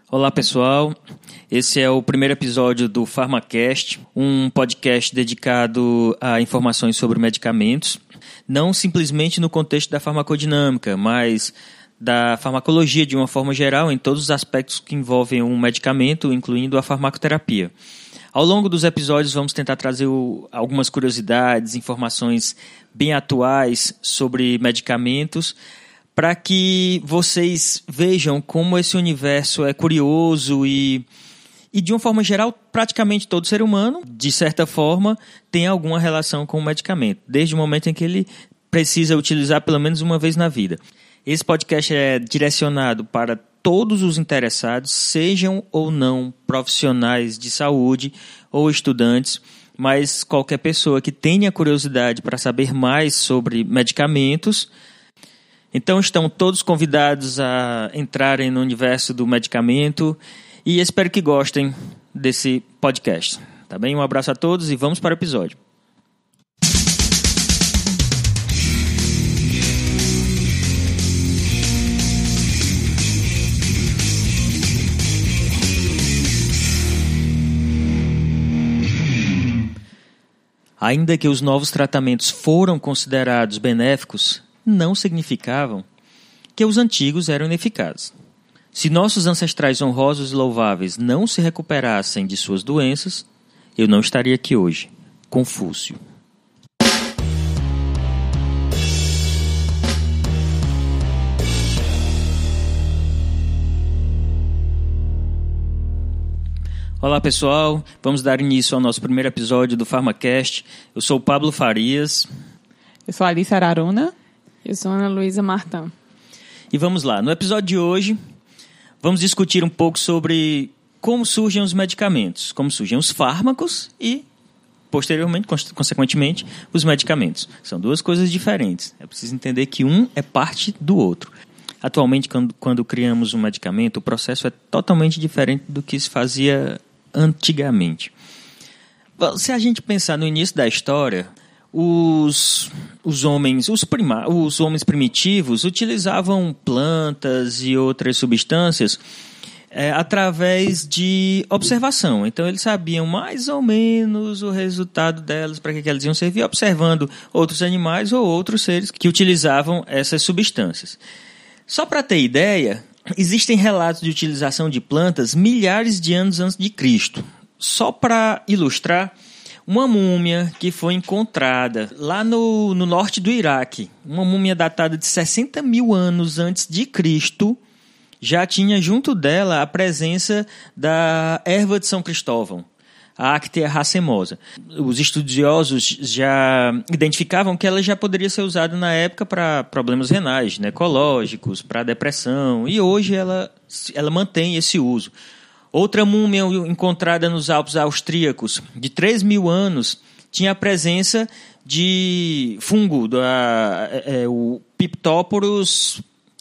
Olá pessoal, esse é o primeiro episódio do PharmaCast, um podcast dedicado a informações sobre medicamentos, não simplesmente no contexto da farmacodinâmica, mas da farmacologia de uma forma geral em todos os aspectos que envolvem um medicamento, incluindo a farmacoterapia. Ao longo dos episódios vamos tentar trazer algumas curiosidades, informações bem atuais sobre medicamentos, para que vocês vejam como esse universo é curioso e de uma forma geral, praticamente todo ser humano, de certa forma, tem alguma relação com o medicamento, desde o momento em que ele precisa utilizar pelo menos uma vez na vida. Esse podcast é direcionado para todos os interessados, sejam ou não profissionais de saúde ou estudantes, mas qualquer pessoa que tenha curiosidade para saber mais sobre medicamentos. Então estão todos convidados a entrarem no universo do medicamento e espero que gostem desse podcast. Tá bem? Um abraço a todos e vamos para o episódio. Ainda que os novos tratamentos foram considerados benéficos, não significavam que os antigos eram ineficazes. Se nossos ancestrais honrosos e louváveis não se recuperassem de suas doenças, eu não estaria aqui hoje. Confúcio. Olá pessoal, vamos dar início ao nosso primeiro episódio do PharmaCast. Eu sou o Pablo Farias. Eu sou a Alice Araruna. Eu sou Ana Luísa Martã. E vamos lá, no episódio de hoje, vamos discutir um pouco sobre como surgem os medicamentos, como surgem os fármacos e, posteriormente, consequentemente, os medicamentos. São duas coisas diferentes. É preciso entender que um é parte do outro. Atualmente, quando criamos um medicamento, o processo é totalmente diferente do que se fazia antigamente. Se a gente pensar no início da história, os homens primitivos utilizavam plantas e outras substâncias através de observação. Então, eles sabiam mais ou menos o resultado delas, para que elas iam servir, observando outros animais ou outros seres que utilizavam essas substâncias. Só para ter ideia, existem relatos de utilização de plantas milhares de anos antes de Cristo. Só para ilustrar, uma múmia que foi encontrada lá no norte do Iraque, uma múmia datada de 60 mil anos antes de Cristo, já tinha junto dela a presença da erva de São Cristóvão, a Actea racemosa. Os estudiosos já identificavam que ela já poderia ser usada na época para problemas renais, ginecológicos, para depressão, e hoje ela mantém esse uso. Outra múmia encontrada nos Alpes austríacos, de 3 mil anos, tinha a presença de fungo, o Piptoporus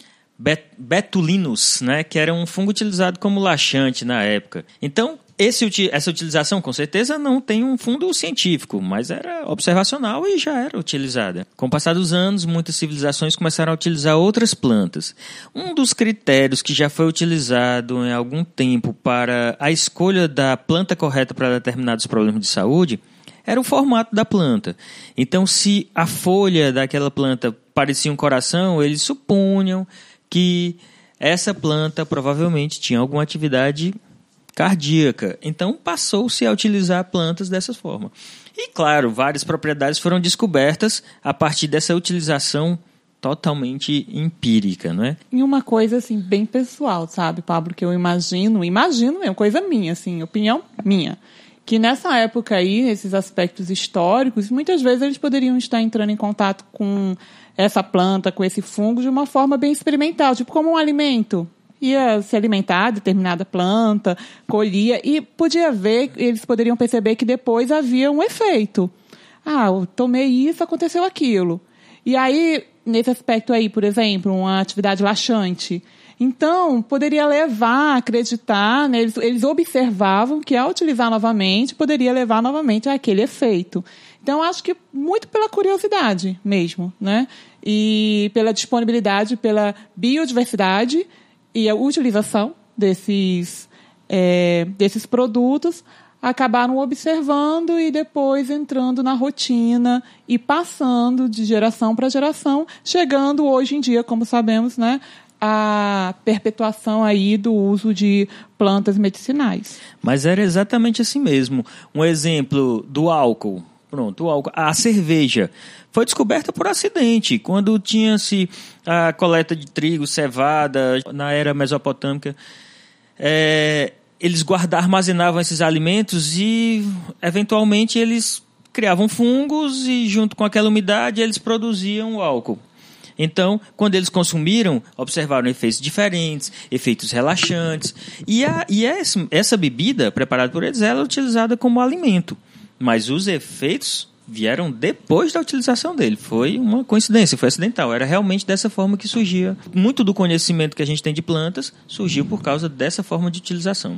betulinus, que era um fungo utilizado como laxante na época. Então, essa utilização, com certeza, não tem um fundo científico, mas era observacional e já era utilizada. Com o passar dos anos, muitas civilizações começaram a utilizar outras plantas. Um dos critérios que já foi utilizado em algum tempo para a escolha da planta correta para determinados problemas de saúde era o formato da planta. Então, se a folha daquela planta parecia um coração, eles supunham que essa planta provavelmente tinha alguma atividade cardíaca. Então, passou-se a utilizar plantas dessa forma. E, claro, várias propriedades foram descobertas a partir dessa utilização totalmente empírica, não é? E uma coisa, assim, bem pessoal, sabe, Pablo, que eu imagino mesmo, coisa minha, assim, opinião minha, que nessa época aí, esses aspectos históricos, muitas vezes eles poderiam estar entrando em contato com essa planta, com esse fungo, de uma forma bem experimental, tipo como um alimento. Ia se alimentar de determinada planta, colhia, e eles poderiam perceber que depois havia um efeito. Eu tomei isso, aconteceu aquilo. E aí, nesse aspecto aí, por exemplo, uma atividade laxante. Então, poderia levar a acreditar, eles observavam que ao utilizar novamente, poderia levar novamente àquele efeito. Então, acho que muito pela curiosidade mesmo, né? E pela disponibilidade, pela biodiversidade e a utilização desses produtos, acabaram observando e depois entrando na rotina e passando de geração para geração, chegando hoje em dia, como sabemos, né, a perpetuação aí do uso de plantas medicinais. Mas era exatamente assim mesmo. Um exemplo do álcool. Pronto, o álcool. A cerveja foi descoberta por acidente, quando tinha-se a coleta de trigo, cevada, na era mesopotâmica. Eles armazenavam esses alimentos e, eventualmente, eles criavam fungos e, junto com aquela umidade, eles produziam o álcool. Então, quando eles consumiram, observaram efeitos diferentes, efeitos relaxantes. Essa bebida, preparada por eles, ela é utilizada como alimento. Mas os efeitos vieram depois da utilização dele. Foi uma coincidência, foi acidental. Era realmente dessa forma que surgia. Muito do conhecimento que a gente tem de plantas surgiu por causa dessa forma de utilização.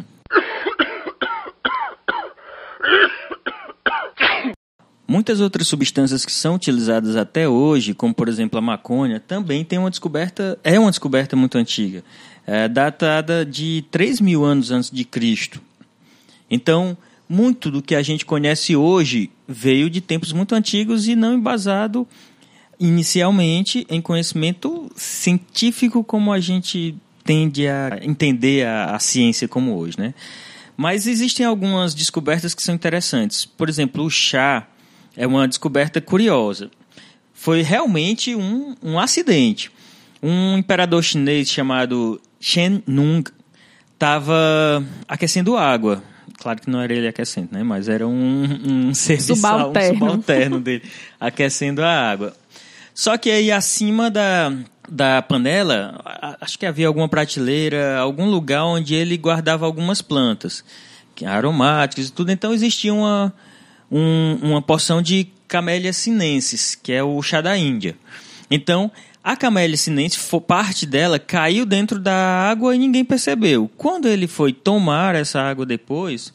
Muitas outras substâncias que são utilizadas até hoje, como por exemplo a maconha, também tem uma descoberta muito antiga, datada de 3.000 anos antes de Cristo. Então, muito do que a gente conhece hoje veio de tempos muito antigos e não embasado inicialmente em conhecimento científico como a gente tende a entender a ciência como hoje, né? Mas existem algumas descobertas que são interessantes. Por exemplo, o chá é uma descoberta curiosa. Foi realmente um acidente. Um imperador chinês chamado Chen Nung estava aquecendo água. Claro que não era ele aquecendo, né? Mas era um serviçal, um subalterno dele, aquecendo a água. Só que aí acima da panela, acho que havia alguma prateleira, algum lugar onde ele guardava algumas plantas aromáticas e tudo. Então existia uma porção de Camellia sinensis, que é o chá da Índia. Então, a Camellia sinensis, parte dela caiu dentro da água e ninguém percebeu. Quando ele foi tomar essa água depois,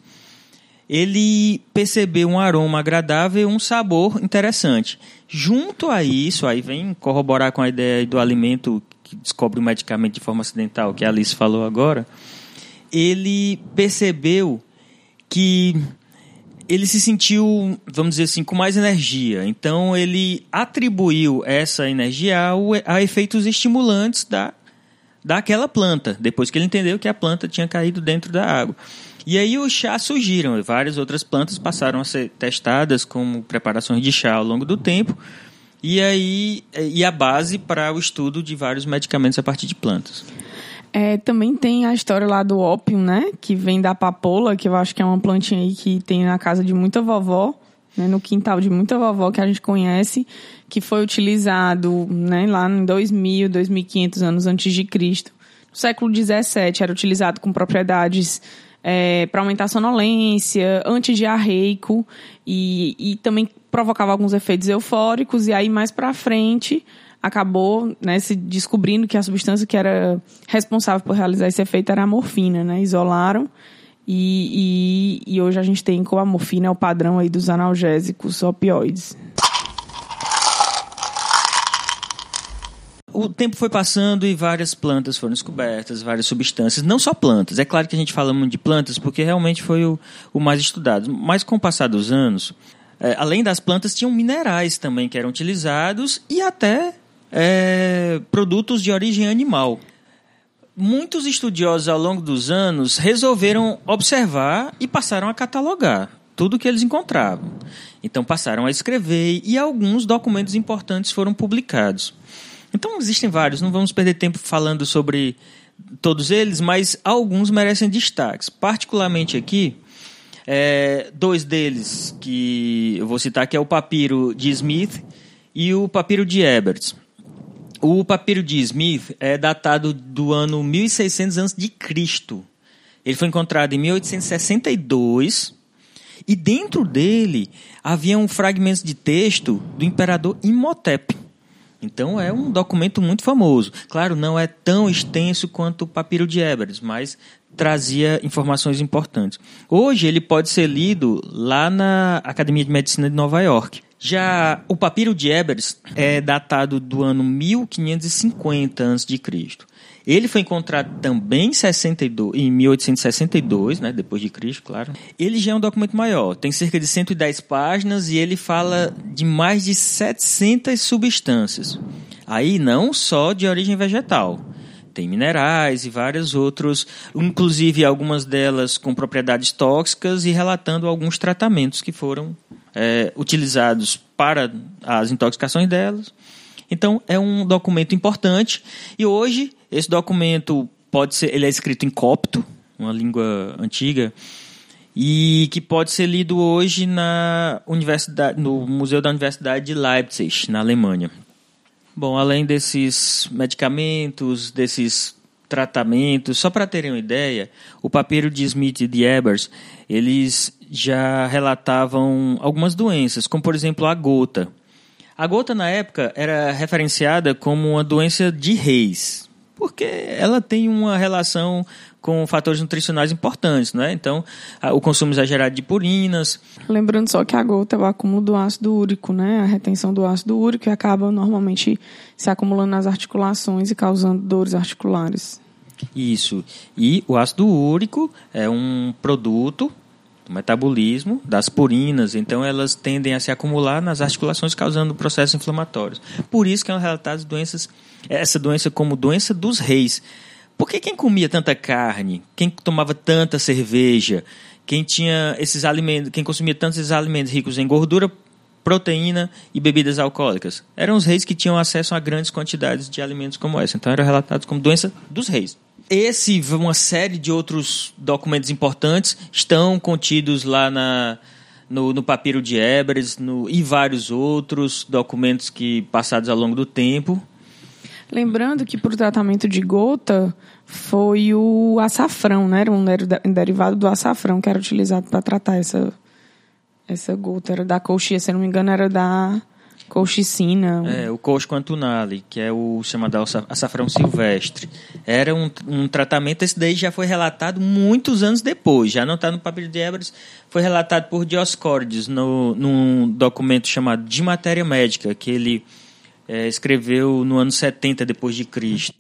ele percebeu um aroma agradável e um sabor interessante. Junto a isso, aí vem corroborar com a ideia do alimento que descobre o medicamento de forma acidental, que a Alice falou agora, ele percebeu que ele se sentiu, vamos dizer assim, com mais energia. Então, ele atribuiu essa energia a efeitos estimulantes daquela planta, depois que ele entendeu que a planta tinha caído dentro da água. E aí os chás surgiram, e várias outras plantas passaram a ser testadas como preparações de chá ao longo do tempo, e a base para o estudo de vários medicamentos a partir de plantas. Também tem a história lá do ópio, né? Que vem da papoula, que eu acho que é uma plantinha aí que tem na casa de muita vovó, né? No quintal de muita vovó que a gente conhece, que foi utilizado, né, lá em 2.000, 2.500 anos antes de Cristo. No século XVII era utilizado com propriedades para aumentar a sonolência, antidiarreico e também provocava alguns efeitos eufóricos. E aí, mais para frente, acabou, né, se descobrindo que a substância que era responsável por realizar esse efeito era a morfina, né? Isolaram e hoje a gente tem como a morfina é o padrão aí dos analgésicos opioides. O tempo foi passando e várias plantas foram descobertas, várias substâncias, não só plantas. É claro que a gente fala muito de plantas porque realmente foi o mais estudado. Mas com o passar dos anos, além das plantas, tinham minerais também que eram utilizados e até produtos de origem animal. Muitos estudiosos ao longo dos anos resolveram observar e passaram a catalogar tudo que eles encontravam. Então passaram a escrever e alguns documentos importantes foram publicados. Então existem vários, não vamos perder tempo falando sobre todos eles, mas alguns merecem destaques. Particularmente aqui, dois deles que eu vou citar, que é o papiro de Smith e o papiro de Ebert. O papiro de Smith é datado do ano 1600 a.C. Ele foi encontrado em 1862 e dentro dele haviam fragmentos de texto do imperador Imhotep. Então é um documento muito famoso. Claro, não é tão extenso quanto o papiro de Ebert, mas trazia informações importantes. Hoje ele pode ser lido lá na Academia de Medicina de Nova York. Já o papiro de Ebers é datado do ano 1550 a.C. Ele foi encontrado também em 1862, né, depois de Cristo, claro. Ele já é um documento maior, tem cerca de 110 páginas e ele fala de mais de 700 substâncias. Aí não só de origem vegetal, tem minerais e vários outros, inclusive algumas delas com propriedades tóxicas e relatando alguns tratamentos que foram utilizados para as intoxicações delas. Então, é um documento importante e hoje esse documento ele é escrito em copto, uma língua antiga, e que pode ser lido hoje no Museu da Universidade de Leipzig, na Alemanha. Bom, além desses medicamentos, desses tratamentos, só para terem uma ideia, o papiro de Smith e de Ebers, eles já relatavam algumas doenças, como por exemplo a gota. A gota, na época, era referenciada como uma doença de reis, porque ela tem uma relação com fatores nutricionais importantes, né? Então, o consumo exagerado de purinas. Lembrando só que a gota é o acúmulo do ácido úrico, né? A retenção do ácido úrico, que acaba normalmente se acumulando nas articulações e causando dores articulares. Isso. E o ácido úrico é um produto do metabolismo das purinas, então elas tendem a se acumular nas articulações, causando processos inflamatórios. Por isso que é relatadas essa doença como doença dos reis. Porque quem comia tanta carne, quem tomava tanta cerveja, quem tinha esses alimentos, quem consumia tantos esses alimentos ricos em gordura, proteína e bebidas alcoólicas, eram os reis que tinham acesso a grandes quantidades de alimentos como essa. Então eram relatados como doença dos reis. Uma série de outros documentos importantes estão contidos lá no papiro de Ebers e vários outros documentos passados ao longo do tempo. Lembrando que para o tratamento de gota foi o açafrão, né? Era um derivado do açafrão que era utilizado para tratar essa gota. Era da colchia, se não me engano, era da colchicina. O Cosco antunale, que é o chamado açafrão silvestre. Era um tratamento, esse daí já foi relatado muitos anos depois, já não está no papiro de Ebers, foi relatado por Dioscórides num documento chamado De Matéria Médica, que ele escreveu no ano 70 depois de Cristo.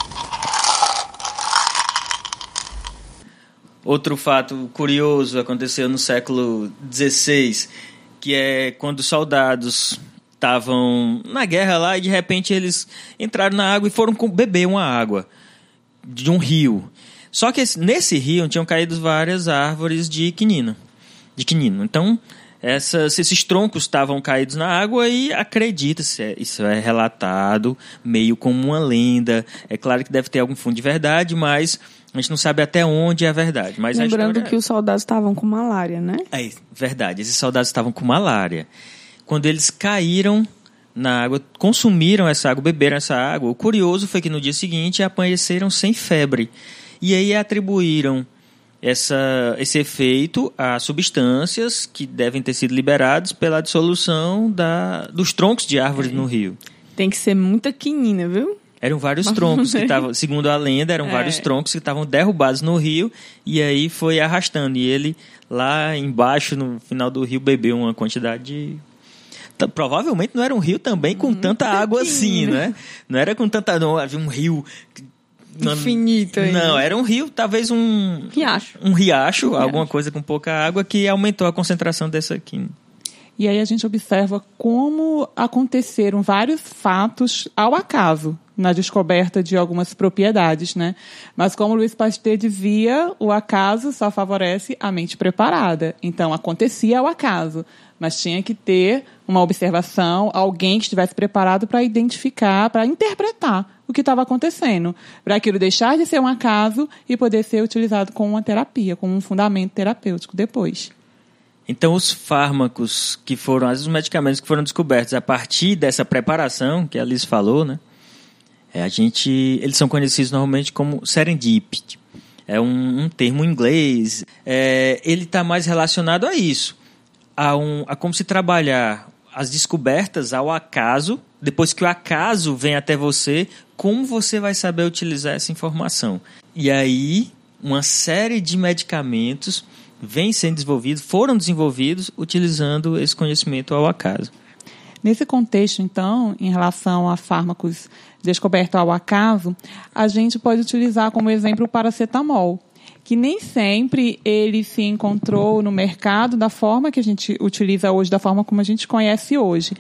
Outro fato curioso aconteceu no século XVI, que é quando os soldados estavam na guerra lá e de repente eles entraram na água e foram beber uma água de um rio. Só que nesse rio tinham caído várias árvores de quinino. Então, esses troncos estavam caídos na água e acredita-se, isso é relatado meio como uma lenda. É claro que deve ter algum fundo de verdade, mas a gente não sabe até onde é a verdade. Mas lembrando que os soldados estavam com malária, né? É verdade, esses soldados estavam com malária. Quando eles caíram na água, consumiram essa água, beberam essa água, o curioso foi que no dia seguinte amanheceram sem febre. E aí atribuíram esse efeito a substâncias que devem ter sido liberadas pela dissolução dos troncos de árvores no rio. Tem que ser muita quinina, viu? Eram vários troncos que estavam, segundo a lenda, vários troncos que estavam derrubados no rio e aí foi arrastando. E ele lá embaixo, no final do rio, bebeu uma quantidade de... Provavelmente não era um rio também com tanta água assim, né? Não era com tanta... Não, havia um rio... Infinito aí. Não, era um rio, talvez um... Riacho. Um riacho, alguma coisa com pouca água que aumentou a concentração dessa quina. E aí a gente observa como aconteceram vários fatos ao acaso na descoberta de algumas propriedades, né? Mas como Louis Pasteur dizia, o acaso só favorece a mente preparada. Então, acontecia ao acaso, mas tinha que ter uma observação, alguém que estivesse preparado para identificar, para interpretar o que estava acontecendo, para aquilo deixar de ser um acaso e poder ser utilizado como uma terapia, como um fundamento terapêutico depois. Então, os fármacos os medicamentos que foram descobertos a partir dessa preparação que a Liz falou, né? Eles são conhecidos normalmente como serendipity. É um termo em inglês. Ele está mais relacionado a isso, a como se trabalhar as descobertas ao acaso. Depois que o acaso vem até você, como você vai saber utilizar essa informação? E aí, uma série de medicamentos foram desenvolvidos utilizando esse conhecimento ao acaso. Nesse contexto, então, em relação a fármacos descobertos ao acaso, a gente pode utilizar como exemplo o paracetamol, que nem sempre ele se encontrou no mercado da forma que a gente utiliza hoje, da forma como a gente conhece hoje.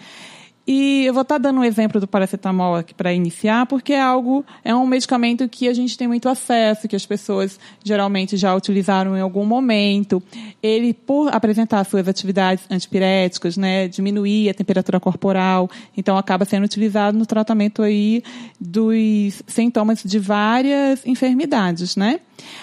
E eu vou estar dando um exemplo do paracetamol aqui para iniciar, porque é um medicamento que a gente tem muito acesso, que as pessoas geralmente já utilizaram em algum momento. Ele, por apresentar suas atividades antipiréticas, né, diminuir a temperatura corporal, então acaba sendo utilizado no tratamento aí dos sintomas de várias enfermidades, né?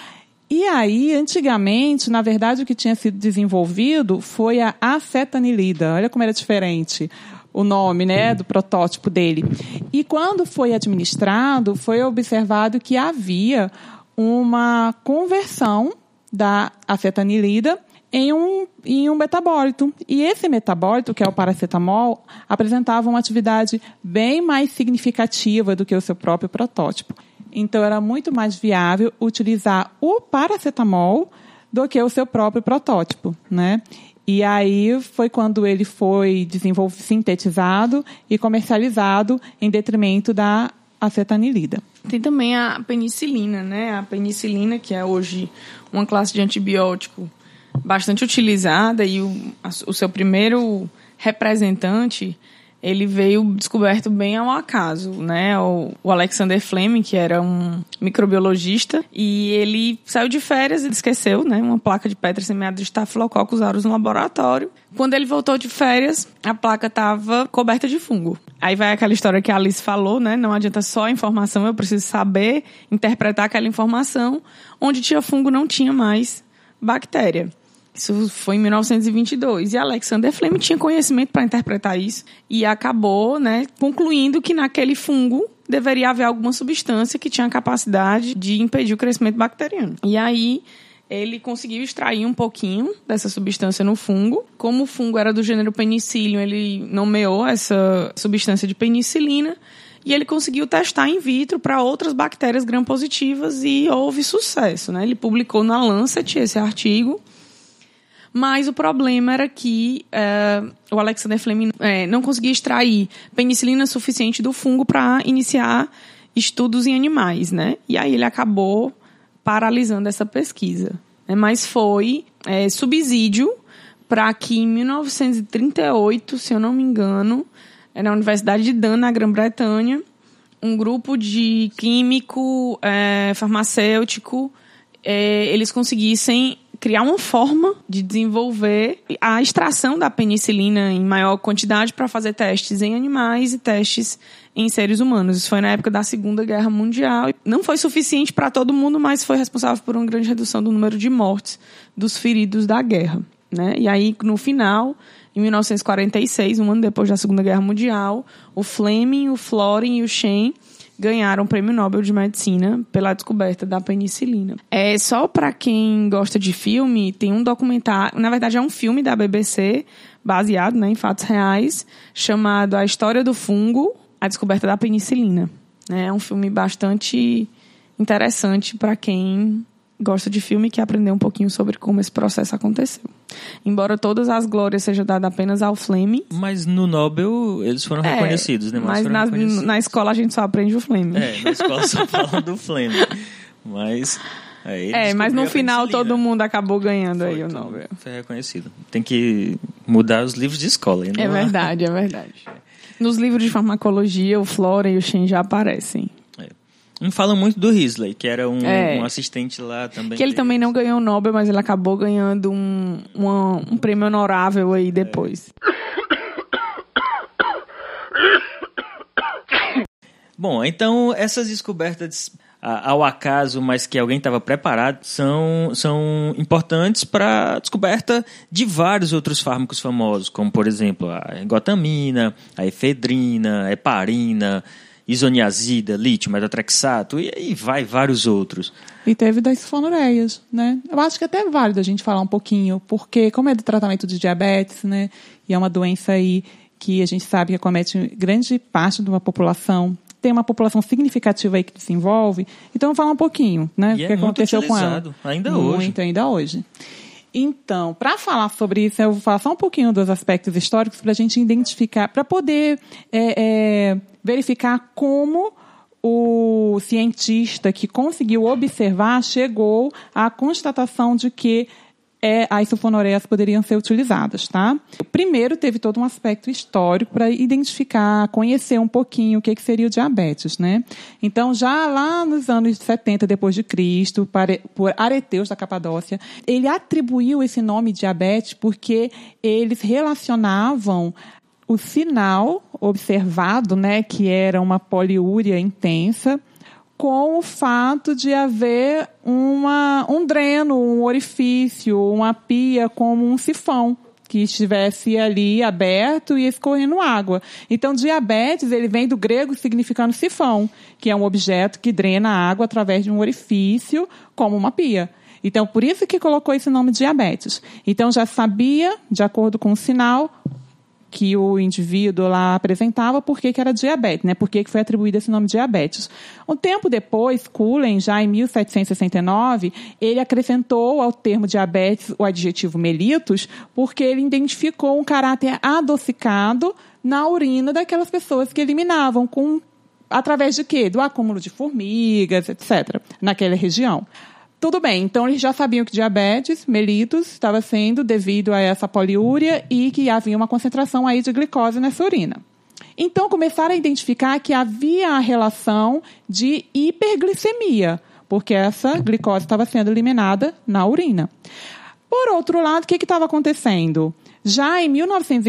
E aí, antigamente, na verdade, o que tinha sido desenvolvido foi a acetanilida. Olha como era diferente o nome, né, do protótipo dele. E quando foi administrado, foi observado que havia uma conversão da acetanilida em um metabólito. E esse metabólito, que é o paracetamol, apresentava uma atividade bem mais significativa do que o seu próprio protótipo. Então, era muito mais viável utilizar o paracetamol do que o seu próprio protótipo, né? E aí foi quando ele foi desenvolvido, sintetizado e comercializado em detrimento da acetanilida. Tem também a penicilina, né? A penicilina, que é hoje uma classe de antibiótico bastante utilizada, e o seu primeiro representante, ele veio descoberto bem ao acaso, né? O Alexander Fleming, que era um microbiologista, e ele saiu de férias e esqueceu, né, uma placa de Petri semeada de Staphylococcus aureus no laboratório. Quando ele voltou de férias, a placa estava coberta de fungo. Aí vai aquela história que a Alice falou, né? Não adianta só a informação, eu preciso saber interpretar aquela informação. Onde tinha fungo não tinha mais bactéria. Isso foi em 1922. E Alexander Fleming tinha conhecimento para interpretar isso e acabou, né, concluindo que naquele fungo deveria haver alguma substância que tinha a capacidade de impedir o crescimento bacteriano. E aí ele conseguiu extrair um pouquinho dessa substância no fungo. Como o fungo era do gênero Penicillium, ele nomeou essa substância de penicilina e ele conseguiu testar in vitro para outras bactérias gram-positivas e houve sucesso, né? Ele publicou na Lancet esse artigo. Mas o problema era que o Alexander Fleming não conseguia extrair penicilina suficiente do fungo para iniciar estudos em animais, né? E aí ele acabou paralisando essa pesquisa. Mas foi subsídio para que em 1938, se eu não me engano, na Universidade de Dun, na Grã-Bretanha, um grupo de químico, farmacêutico, eles conseguissem criar uma forma de desenvolver a extração da penicilina em maior quantidade para fazer testes em animais e testes em seres humanos. Isso foi na época da Segunda Guerra Mundial. Não foi suficiente para todo mundo, mas foi responsável por uma grande redução do número de mortes dos feridos da guerra, né? E aí, no final, em 1946, um ano depois da Segunda Guerra Mundial, o Fleming, o Florin e o Shen ganharam o Prêmio Nobel de Medicina pela descoberta da penicilina. Só para quem gosta de filme, tem um documentário, na verdade é um filme da BBC, baseado, né, em fatos reais, chamado A História do Fungo, a Descoberta da Penicilina. É um filme bastante interessante para quem gosta de filme e quer aprender um pouquinho sobre como esse processo aconteceu. Embora todas as glórias sejam dadas apenas ao Fleming. Mas no Nobel eles foram reconhecidos, né? Mas na escola a gente só aprende o Fleming. Na escola só falam do Fleming. Mas mas no final todo mundo acabou ganhando aí o Nobel. Foi reconhecido. Tem que mudar os livros de escola. É verdade. Nos livros de farmacologia, o Flora e o Shen já aparecem. Não falam muito do Risley, que era um assistente lá também. Que ele também não ganhou o Nobel, mas ele acabou ganhando um prêmio honorável aí depois. Bom, então essas descobertas ao acaso, mas que alguém estava preparado, são importantes para a descoberta de vários outros fármacos famosos, como, por exemplo, a ergotamina, a efedrina, a heparina, isoniazida, lítio, metotrexato, e aí vai vários outros. E teve das sulfonilureias, né? Eu acho que até é válido a gente falar um pouquinho, porque como é do tratamento de diabetes, né, e é uma doença aí que a gente sabe que acomete grande parte de uma população, tem uma população significativa aí que desenvolve, então vamos falar um pouquinho, né, o que aconteceu com ela. Ainda hoje. Muito, ainda hoje. Então, para falar sobre isso, eu vou falar só um pouquinho dos aspectos históricos para a gente identificar, para poder verificar como o cientista que conseguiu observar chegou à constatação de que as sulfonureias poderiam ser utilizadas, tá? Primeiro, teve todo um aspecto histórico para identificar, conhecer um pouquinho o que seria o diabetes, né? Então, já lá nos anos 70 depois de Cristo, por Areteus da Capadócia, ele atribuiu esse nome diabetes porque eles relacionavam o sinal observado, né, que era uma poliúria intensa, com o fato de haver um dreno, um orifício, uma pia como um sifão que estivesse ali aberto e escorrendo água. Então, diabetes, ele vem do grego significando sifão, que é um objeto que drena água através de um orifício, como uma pia. Então, por isso que colocou esse nome diabetes. Então, já sabia, de acordo com o sinal que o indivíduo lá apresentava, por que era diabetes, né? Por que foi atribuído esse nome diabetes. Um tempo depois, Cullen, já em 1769, ele acrescentou ao termo diabetes o adjetivo mellitus, porque ele identificou um caráter adocicado na urina daquelas pessoas que eliminavam, através de quê? Do acúmulo de formigas, etc., naquela região. Tudo bem, então eles já sabiam que diabetes mellitus estava sendo devido a essa poliúria e que havia uma concentração aí de glicose nessa urina. Então começaram a identificar que havia a relação de hiperglicemia, porque essa glicose estava sendo eliminada na urina. Por outro lado, o que estava acontecendo? Já em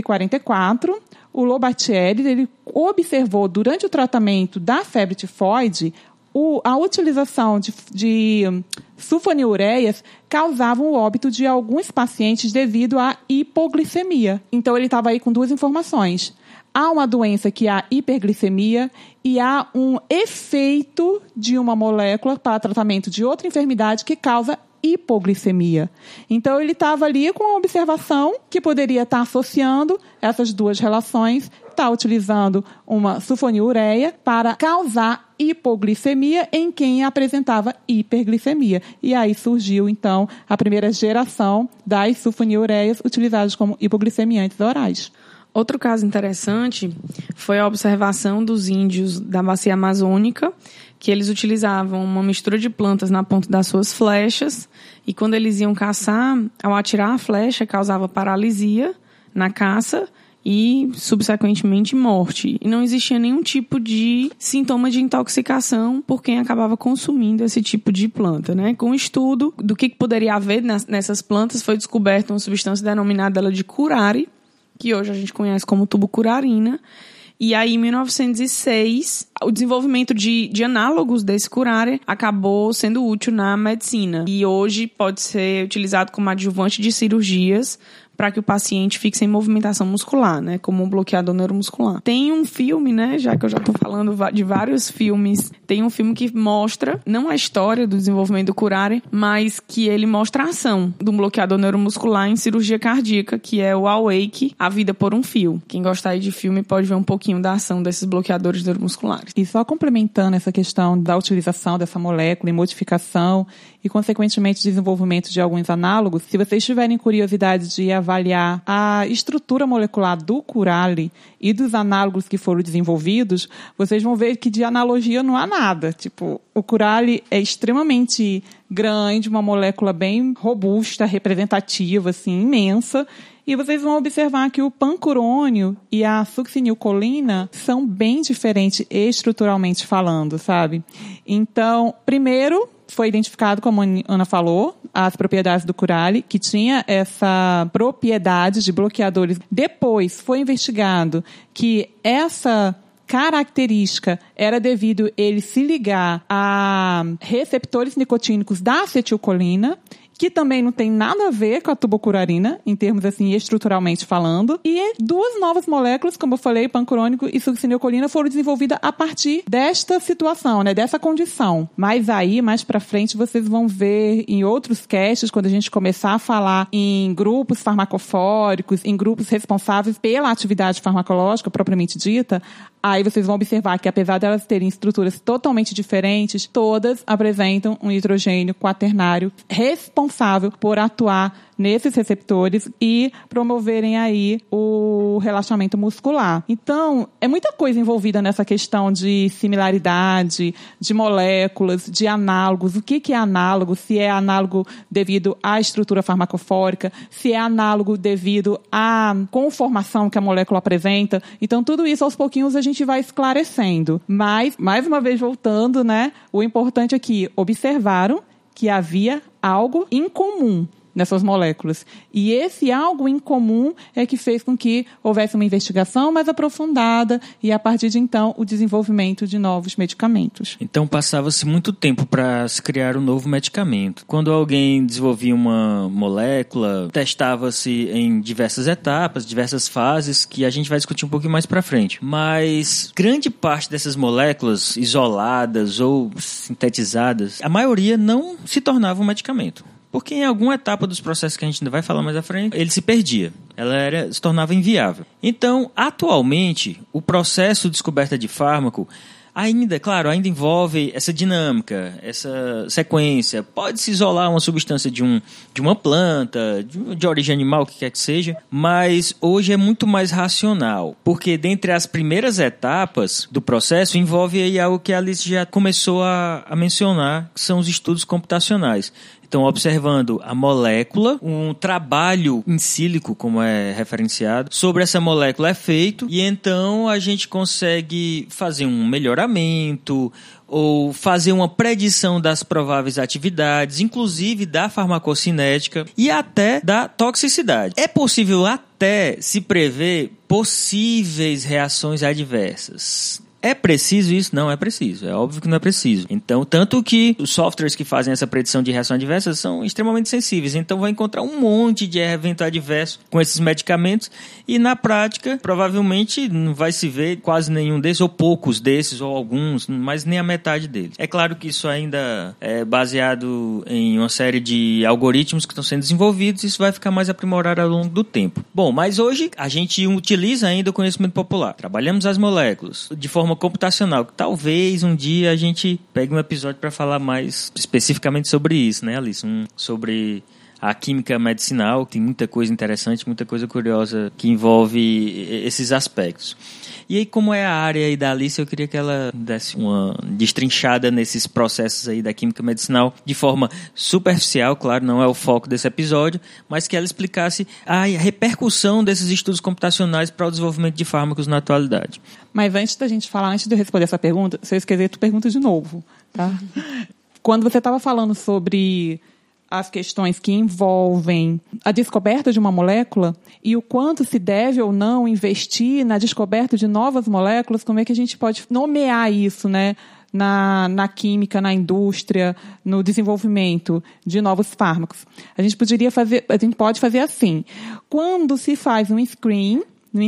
1944, o Lobatieri ele observou durante o tratamento da febre tifoide a utilização de sulfonilureias causava o óbito de alguns pacientes devido à hipoglicemia. Então, ele estava aí com duas informações. Há uma doença que é a hiperglicemia e há um efeito de uma molécula para tratamento de outra enfermidade que causa hipoglicemia. Então, ele estava ali com a observação que poderia estar associando essas duas relações, está utilizando uma sulfonilureia para causar hipoglicemia em quem apresentava hiperglicemia. E aí surgiu, então, a primeira geração das sulfonilureias utilizadas como hipoglicemiantes orais. Outro caso interessante foi a observação dos índios da bacia amazônica, que eles utilizavam uma mistura de plantas na ponta das suas flechas e quando eles iam caçar, ao atirar a flecha, causava paralisia na caça e, subsequentemente, morte. E não existia nenhum tipo de sintoma de intoxicação por quem acabava consumindo esse tipo de planta, né? Com o estudo do que poderia haver nessas plantas, foi descoberta uma substância denominada de curare, que hoje a gente conhece como tubucurarina. E aí, em 1906, o desenvolvimento de análogos desse curare acabou sendo útil na medicina. E hoje pode ser utilizado como adjuvante de cirurgias para que o paciente fique sem movimentação muscular, né? Como um bloqueador neuromuscular. Tem um filme, né? Já que eu já estou falando de vários filmes, tem um filme que mostra, não a história do desenvolvimento do curare, mas que ele mostra a ação de um bloqueador neuromuscular em cirurgia cardíaca, que é o Awake, A Vida por um Fio. Quem gostar aí de filme pode ver um pouquinho da ação desses bloqueadores neuromusculares. E só complementando essa questão da utilização dessa molécula em modificação e, consequentemente, desenvolvimento de alguns análogos, se vocês tiverem curiosidade de avaliar a estrutura molecular do curare e dos análogos que foram desenvolvidos, vocês vão ver que de analogia não há nada. Tipo, o curare é extremamente grande, uma molécula bem robusta, representativa, assim, imensa. E vocês vão observar que o pancurônio e a succinilcolina são bem diferentes estruturalmente falando, sabe? Então, primeiro, foi identificado, como a Ana falou, as propriedades do curare, que tinha essa propriedade de bloqueadores. Depois, foi investigado que essa característica era devido ele se ligar a receptores nicotínicos da acetilcolina, que também não tem nada a ver com a tubucurarina, em termos assim, estruturalmente falando. E duas novas moléculas, como eu falei, pancurônico e succinilcolina, foram desenvolvidas a partir desta situação, né, dessa condição. Mas aí, mais pra frente, vocês vão ver em outros casts, quando a gente começar a falar em grupos farmacofóricos, em grupos responsáveis pela atividade farmacológica, propriamente dita, Aí vocês vão observar que, apesar de elas terem estruturas totalmente diferentes, todas apresentam um hidrogênio quaternário responsável por atuar nesses receptores e promoverem aí o relaxamento muscular. Então, é muita coisa envolvida nessa questão de similaridade, de moléculas, de análogos. O que é análogo? Se é análogo devido à estrutura farmacofórica, se é análogo devido à conformação que a molécula apresenta. Então, tudo isso, aos pouquinhos, a gente vai esclarecendo. Mas, mais uma vez voltando, né? O importante é que observaram que havia algo em comum nessas moléculas. E esse algo em comum é que fez com que houvesse uma investigação mais aprofundada e, a partir de então, o desenvolvimento de novos medicamentos. Então, passava-se muito tempo para se criar um novo medicamento. Quando alguém desenvolvia uma molécula, testava-se em diversas etapas, diversas fases, que a gente vai discutir um pouquinho mais para frente. Mas grande parte dessas moléculas isoladas ou sintetizadas, a maioria não se tornava um medicamento. Porque em alguma etapa dos processos que a gente ainda vai falar mais à frente, ele se perdia. Ela se tornava inviável. Então, atualmente, o processo de descoberta de fármaco ainda envolve essa dinâmica, essa sequência. Pode-se isolar uma substância de uma planta, de origem animal, o que quer que seja, mas hoje é muito mais racional. Porque dentre as primeiras etapas do processo, envolve aí algo que a Alice já começou a mencionar, que são os estudos computacionais. Então, observando a molécula, um trabalho in sílico, como é referenciado, sobre essa molécula é feito e então a gente consegue fazer um melhoramento ou fazer uma predição das prováveis atividades, inclusive da farmacocinética e até da toxicidade. É possível até se prever possíveis reações adversas. É preciso isso? Não é preciso. É óbvio que não é preciso. Então, tanto que os softwares que fazem essa predição de reação adversa são extremamente sensíveis. Então, vai encontrar um monte de evento adverso com esses medicamentos e, na prática, provavelmente não vai se ver quase nenhum desses, ou poucos desses, ou alguns, mas nem a metade deles. É claro que isso ainda é baseado em uma série de algoritmos que estão sendo desenvolvidos e isso vai ficar mais aprimorado ao longo do tempo. Bom, mas hoje a gente utiliza ainda o conhecimento popular. Trabalhamos as moléculas de forma computacional, que talvez um dia a gente pegue um episódio para falar mais especificamente sobre isso, né, Alice? Sobre a química medicinal, tem muita coisa interessante, muita coisa curiosa que envolve esses aspectos. E aí, como é a área aí da Alice, eu queria que ela desse uma destrinchada nesses processos aí da química medicinal de forma superficial, claro, não é o foco desse episódio, mas que ela explicasse a repercussão desses estudos computacionais para o desenvolvimento de fármacos na atualidade. Mas antes de eu responder essa pergunta, se eu esquecer, tu pergunta de novo, tá? Quando você estava falando sobre as questões que envolvem a descoberta de uma molécula e o quanto se deve ou não investir na descoberta de novas moléculas, como é que a gente pode nomear isso, né? Na química, na indústria, no desenvolvimento de novos fármacos. A gente pode fazer assim. Quando se faz um screen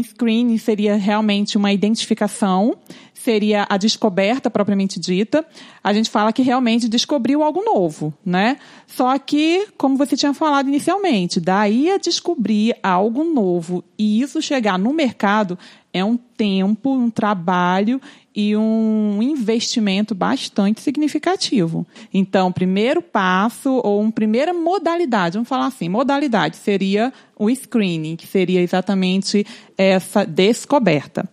seria realmente uma identificação, seria a descoberta propriamente dita. A gente fala que realmente descobriu algo novo, né? Só que, como você tinha falado inicialmente, daí a descobrir algo novo e isso chegar no mercado é um tempo, um trabalho e um investimento bastante significativo. Então, o primeiro passo, ou uma primeira modalidade, vamos falar assim, modalidade seria o screening, que seria exatamente essa descoberta.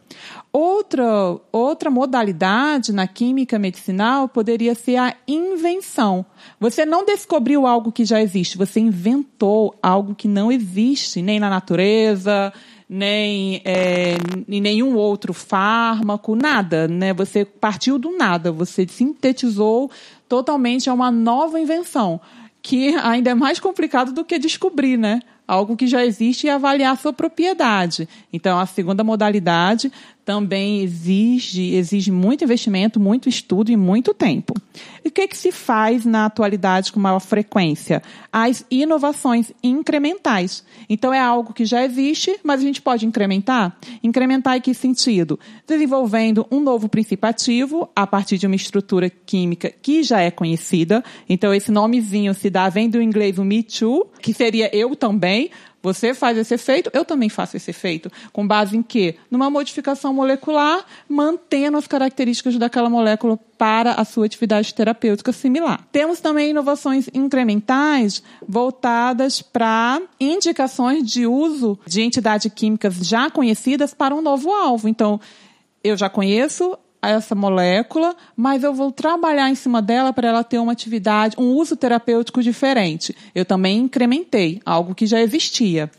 Outra modalidade na química medicinal poderia ser a invenção. Você não descobriu algo que já existe, você inventou algo que não existe nem na natureza, nem em nenhum outro fármaco, nada, né? Você partiu do nada, você sintetizou totalmente uma nova invenção, que ainda é mais complicado do que descobrir, né? Algo que já existe e avaliar a sua propriedade. Então, a segunda modalidade também exige muito investimento, muito estudo e muito tempo. E o que se faz na atualidade com maior frequência? As inovações incrementais. Então, é algo que já existe, mas a gente pode incrementar? Incrementar em que sentido? Desenvolvendo um novo princípio ativo a partir de uma estrutura química que já é conhecida. Então, esse nomezinho vem do inglês o Me Too, que seria eu também, Você faz esse efeito, eu também faço esse efeito. Com base em quê? Numa modificação molecular, mantendo as características daquela molécula para a sua atividade terapêutica similar. Temos também inovações incrementais voltadas para indicações de uso de entidades químicas já conhecidas para um novo alvo. Então, eu já conheço essa molécula, mas eu vou trabalhar em cima dela para ela ter uma atividade, um uso terapêutico diferente. Eu também incrementei algo que já existia.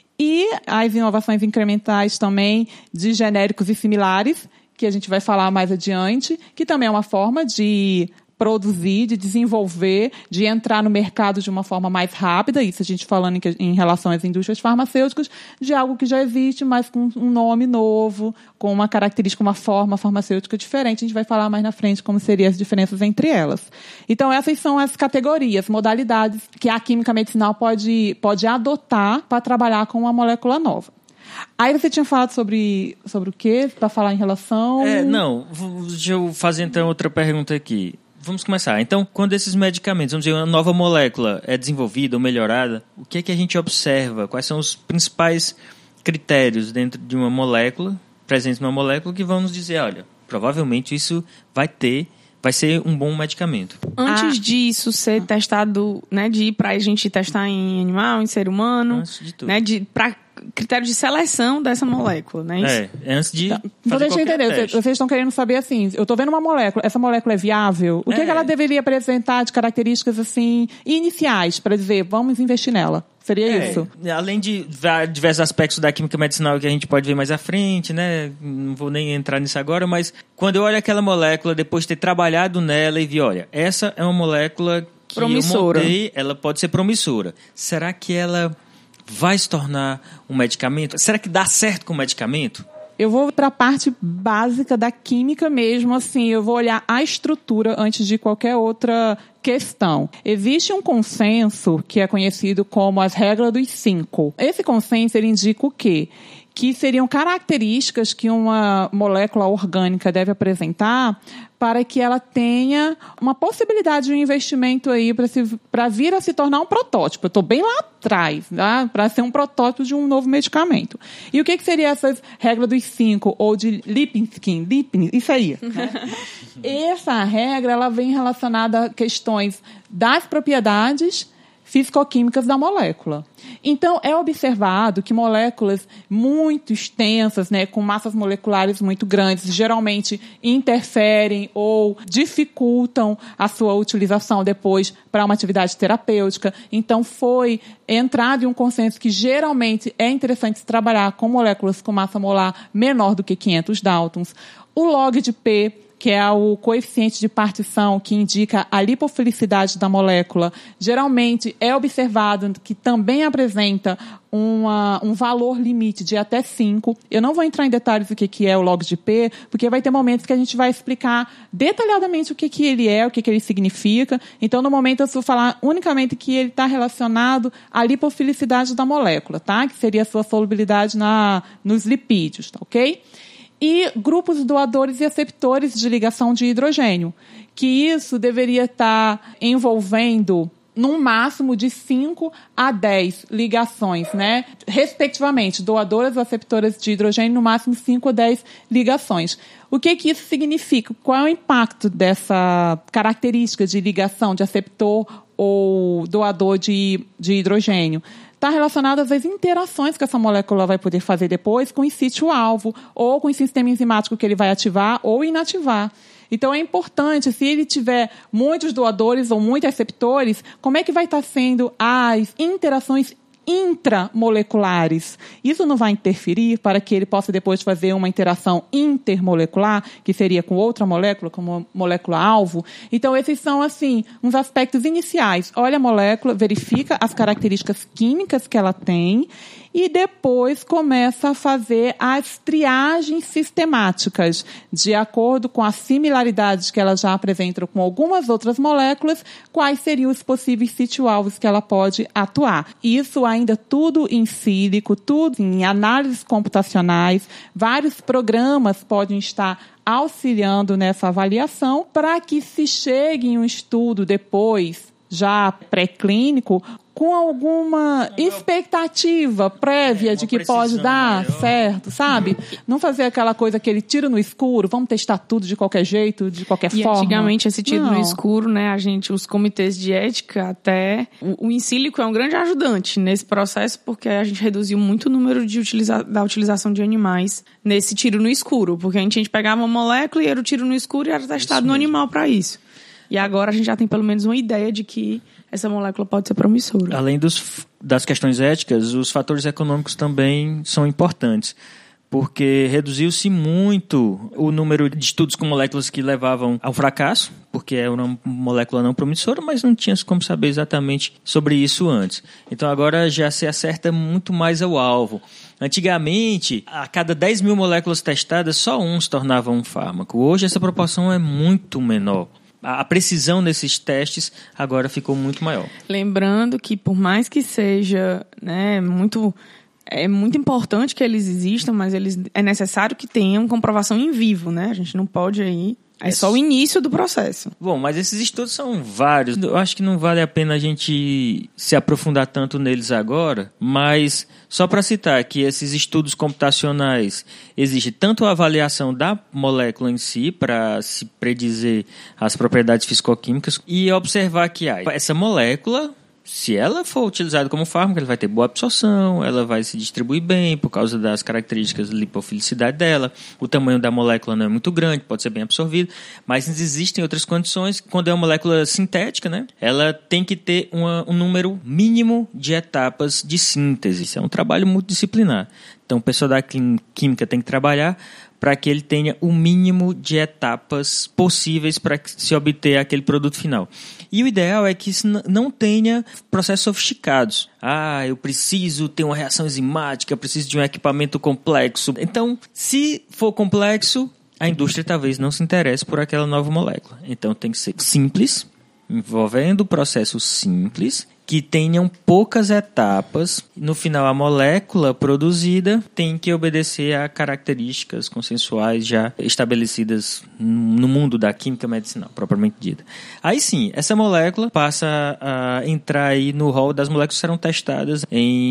E as inovações incrementais também de genéricos e similares, que a gente vai falar mais adiante, que também é uma forma de produzir, de desenvolver, de entrar no mercado de uma forma mais rápida, isso a gente falando em relação às indústrias farmacêuticas, de algo que já existe, mas com um nome novo, com uma característica, uma forma farmacêutica diferente. A gente vai falar mais na frente como seriam as diferenças entre elas. Então, essas são as categorias, modalidades que a química medicinal pode adotar para trabalhar com uma molécula nova. Aí você tinha falado sobre o quê? Para falar em relação... Deixa eu fazer então outra pergunta aqui. Vamos começar. Então, quando esses medicamentos, vamos dizer, uma nova molécula é desenvolvida ou melhorada, o que é que a gente observa? Quais são os principais critérios dentro de uma molécula, presentes numa molécula, que vão nos dizer, olha, provavelmente isso vai ser um bom medicamento. Antes disso ser testado, né, de ir para a gente testar em animal, em ser humano, antes de tudo. Né, para critério de seleção dessa molécula, né? Antes de fazer então, deixa eu entender. teste. Vocês estão querendo saber assim, eu estou vendo uma molécula, essa molécula é viável? O que ela deveria apresentar de características assim iniciais para dizer, vamos investir nela? Seria isso? Além de diversos aspectos da química medicinal que a gente pode ver mais à frente, né? Não vou nem entrar nisso agora, mas quando eu olho aquela molécula, depois de ter trabalhado nela e vi, olha, essa é uma molécula que promissora. Eu montei, ela pode ser promissora. Será que ela vai se tornar um medicamento? Será que dá certo com o medicamento? Eu vou para a parte básica da química mesmo, assim, eu vou olhar a estrutura antes de qualquer outra questão. Existe um consenso que é conhecido como as regras dos 5. Esse consenso ele indica o quê? Que seriam características que uma molécula orgânica deve apresentar para que ela tenha uma possibilidade de um investimento aí para vir a se tornar um protótipo. Eu estou bem lá atrás, tá? Para ser um protótipo de um novo medicamento. E o que seria essas regras dos 5, ou de Lipinski, isso aí. Né? Essa regra ela vem relacionada a questões das propriedades fisicoquímicas da molécula. Então, é observado que moléculas muito extensas, né, com massas moleculares muito grandes, geralmente interferem ou dificultam a sua utilização depois para uma atividade terapêutica. Então, foi entrado em um consenso que geralmente é interessante se trabalhar com moléculas com massa molar menor do que 500 Daltons. O log de P, que é o coeficiente de partição que indica a lipofilicidade da molécula, geralmente é observado que também apresenta um valor limite de até 5. Eu não vou entrar em detalhes do que é o log de P, porque vai ter momentos que a gente vai explicar detalhadamente o que ele é, o que ele significa. Então, no momento, eu vou falar unicamente que ele está relacionado à lipofilicidade da molécula, tá? Que seria a sua solubilidade nos lipídios, tá ok? E grupos doadores e aceptores de ligação de hidrogênio, que isso deveria estar envolvendo num máximo de 5 a 10 ligações, né? Respectivamente, doadoras e aceptoras de hidrogênio, no máximo 5 a 10 ligações. O que isso significa? Qual é o impacto dessa característica de ligação de aceptor ou doador de hidrogênio? Está relacionado às interações que essa molécula vai poder fazer depois com o sítio-alvo ou com o sistema enzimático que ele vai ativar ou inativar. Então, é importante, se ele tiver muitos doadores ou muitos receptores, como é que vai estar sendo as interações intramoleculares? Isso não vai interferir para que ele possa depois fazer uma interação intermolecular, que seria com outra molécula, como molécula-alvo? Então, esses são, assim, uns aspectos iniciais. Olha a molécula, verifica as características químicas que ela tem e depois começa a fazer as triagens sistemáticas, de acordo com as similaridades que ela já apresenta com algumas outras moléculas, quais seriam os possíveis sítio-alvos que ela pode atuar. Isso ainda tudo em sílico, tudo em análises computacionais, vários programas podem estar auxiliando nessa avaliação para que se chegue em um estudo depois, já pré-clínico, com alguma expectativa prévia de que pode dar certo, sabe? Não fazer aquela coisa, aquele tiro no escuro, vamos testar tudo de qualquer jeito, de qualquer forma. E antigamente esse tiro no escuro, né, os comitês de ética até... O in silico é um grande ajudante nesse processo, porque a gente reduziu muito o número da utilização de animais nesse tiro no escuro, porque a gente pegava uma molécula e era o tiro no escuro e era testado no animal para isso. E agora a gente já tem pelo menos uma ideia de que essa molécula pode ser promissora. Além das questões éticas, os fatores econômicos também são importantes, porque reduziu-se muito o número de estudos com moléculas que levavam ao fracasso, porque é uma molécula não promissora, mas não tinha como saber exatamente sobre isso antes. Então agora já se acerta muito mais ao alvo. Antigamente, a cada 10 mil moléculas testadas, só um se tornava um fármaco. Hoje essa proporção é muito menor. A precisão nesses testes agora ficou muito maior. Lembrando que, por mais que seja, né, é muito importante que eles existam, mas é necessário que tenham comprovação em vivo, né? A gente não pode aí... É só o início do processo. Bom, mas esses estudos são vários. Eu acho que não vale a pena a gente se aprofundar tanto neles agora, mas só para citar que esses estudos computacionais exige tanto a avaliação da molécula em si, para se predizer as propriedades fisicoquímicas, e observar que essa molécula... Se ela for utilizada como fármaco, ela vai ter boa absorção, ela vai se distribuir bem por causa das características de lipofilicidade dela, o tamanho da molécula não é muito grande, pode ser bem absorvido, mas existem outras condições. Quando é uma molécula sintética, né, ela tem que ter um número mínimo de etapas de síntese. Isso é um trabalho multidisciplinar. Então, o pessoal da química tem que trabalhar para que ele tenha o mínimo de etapas possíveis para se obter aquele produto final. E o ideal é que isso não tenha processos sofisticados. Eu preciso ter uma reação enzimática, preciso de um equipamento complexo. Então, se for complexo, a indústria talvez não se interesse por aquela nova molécula. Então, tem que ser simples, envolvendo processos simples, que tenham poucas etapas. No final, a molécula produzida tem que obedecer a características consensuais já estabelecidas no mundo da química medicinal, propriamente dita. Aí sim, essa molécula passa a entrar aí no rol das moléculas que serão testadas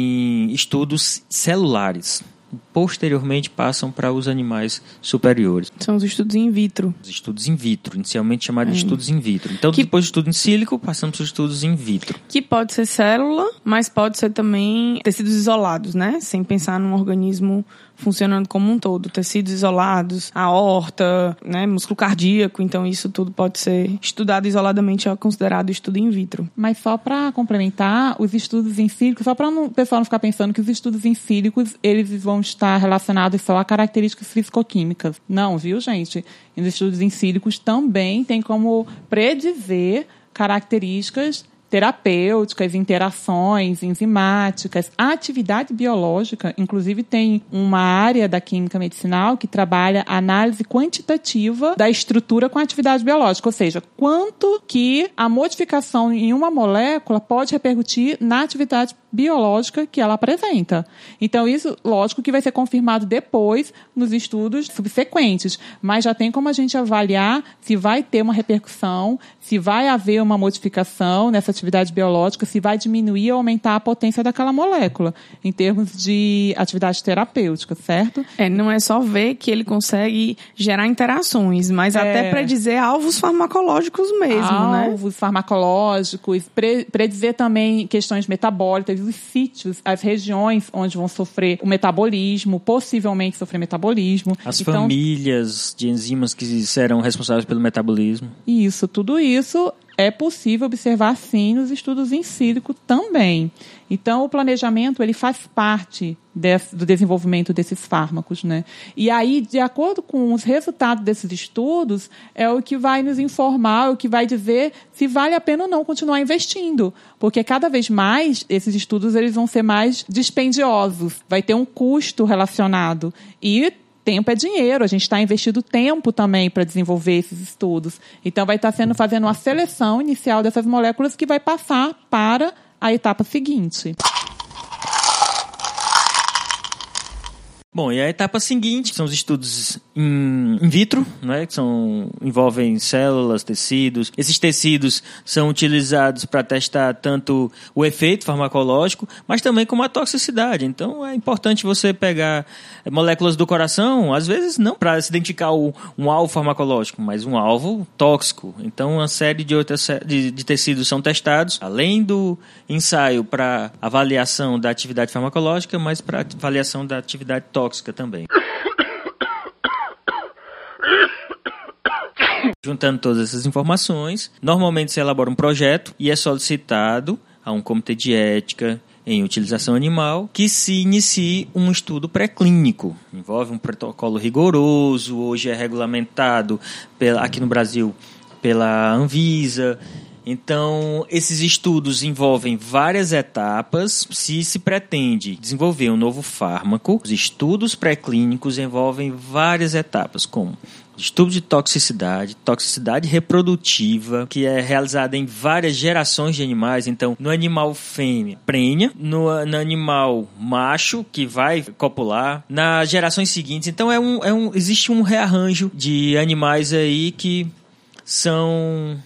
em estudos celulares. Posteriormente passam para os animais superiores. São os estudos in vitro. Os estudos in vitro, inicialmente chamados de estudos in vitro. Então, depois do estudo in sílico, passamos para os estudos in vitro. Que pode ser célula, mas pode ser também tecidos isolados, né? Sem pensar num organismo funcionando como um todo. Tecidos isolados, aorta, né? Músculo cardíaco. Então, isso tudo pode ser estudado isoladamente, é considerado estudo in vitro. Mas só para complementar, os estudos in sílico, só para o pessoal não ficar pensando que os estudos in sílicos, eles vão estar relacionados só a características fisicoquímicas. Não, viu, gente? E os estudos in sílicos também tem como predizer características terapêuticas, interações enzimáticas, a atividade biológica. Inclusive, tem uma área da química medicinal que trabalha a análise quantitativa da estrutura com a atividade biológica, ou seja, quanto que a modificação em uma molécula pode repercutir na atividade biológica que ela apresenta. Então, isso, lógico, que vai ser confirmado depois nos estudos subsequentes, mas já tem como a gente avaliar se vai ter uma repercussão, se vai haver uma modificação nessa atividade biológica, se vai diminuir ou aumentar a potência daquela molécula, em termos de atividade terapêutica, certo? Não é só ver que ele consegue gerar interações, mas até predizer alvos farmacológicos mesmo, né? Alvos farmacológicos, predizer também questões metabólicas, os sítios, as regiões onde vão sofrer o metabolismo, possivelmente sofrer metabolismo. As famílias de enzimas que serão responsáveis pelo metabolismo. Tudo isso é possível observar, sim, nos estudos in sílico também. Então, o planejamento ele faz parte do desenvolvimento desses fármacos, né? E aí, de acordo com os resultados desses estudos, é o que vai nos informar, o que vai dizer se vale a pena ou não continuar investindo. Porque cada vez mais, esses estudos eles vão ser mais dispendiosos. Vai ter um custo relacionado. E tempo é dinheiro, a gente está investindo tempo também para desenvolver esses estudos. Então, vai estar fazendo uma seleção inicial dessas moléculas que vai passar para a etapa seguinte. Bom, e a etapa seguinte são os estudos in vitro, né, que envolvem células, tecidos. Esses tecidos são utilizados para testar tanto o efeito farmacológico, mas também como a toxicidade. Então, é importante você pegar moléculas do coração, às vezes não para se identificar um alvo farmacológico, mas um alvo tóxico. Então, uma série de tecidos são testados, além do ensaio para avaliação da atividade farmacológica, mas para avaliação da atividade tóxica também. Juntando todas essas informações, normalmente se elabora um projeto e é solicitado a um comitê de ética em utilização animal que se inicie um estudo pré-clínico. Envolve um protocolo rigoroso, hoje é regulamentado aqui no Brasil pela Anvisa. Então, esses estudos envolvem várias etapas. Se pretende desenvolver um novo fármaco, os estudos pré-clínicos envolvem várias etapas, como estudo de toxicidade reprodutiva, que é realizada em várias gerações de animais. Então, no animal fêmea, prenha, no animal macho, que vai copular, nas gerações seguintes. Então, existe um rearranjo de animais aí que são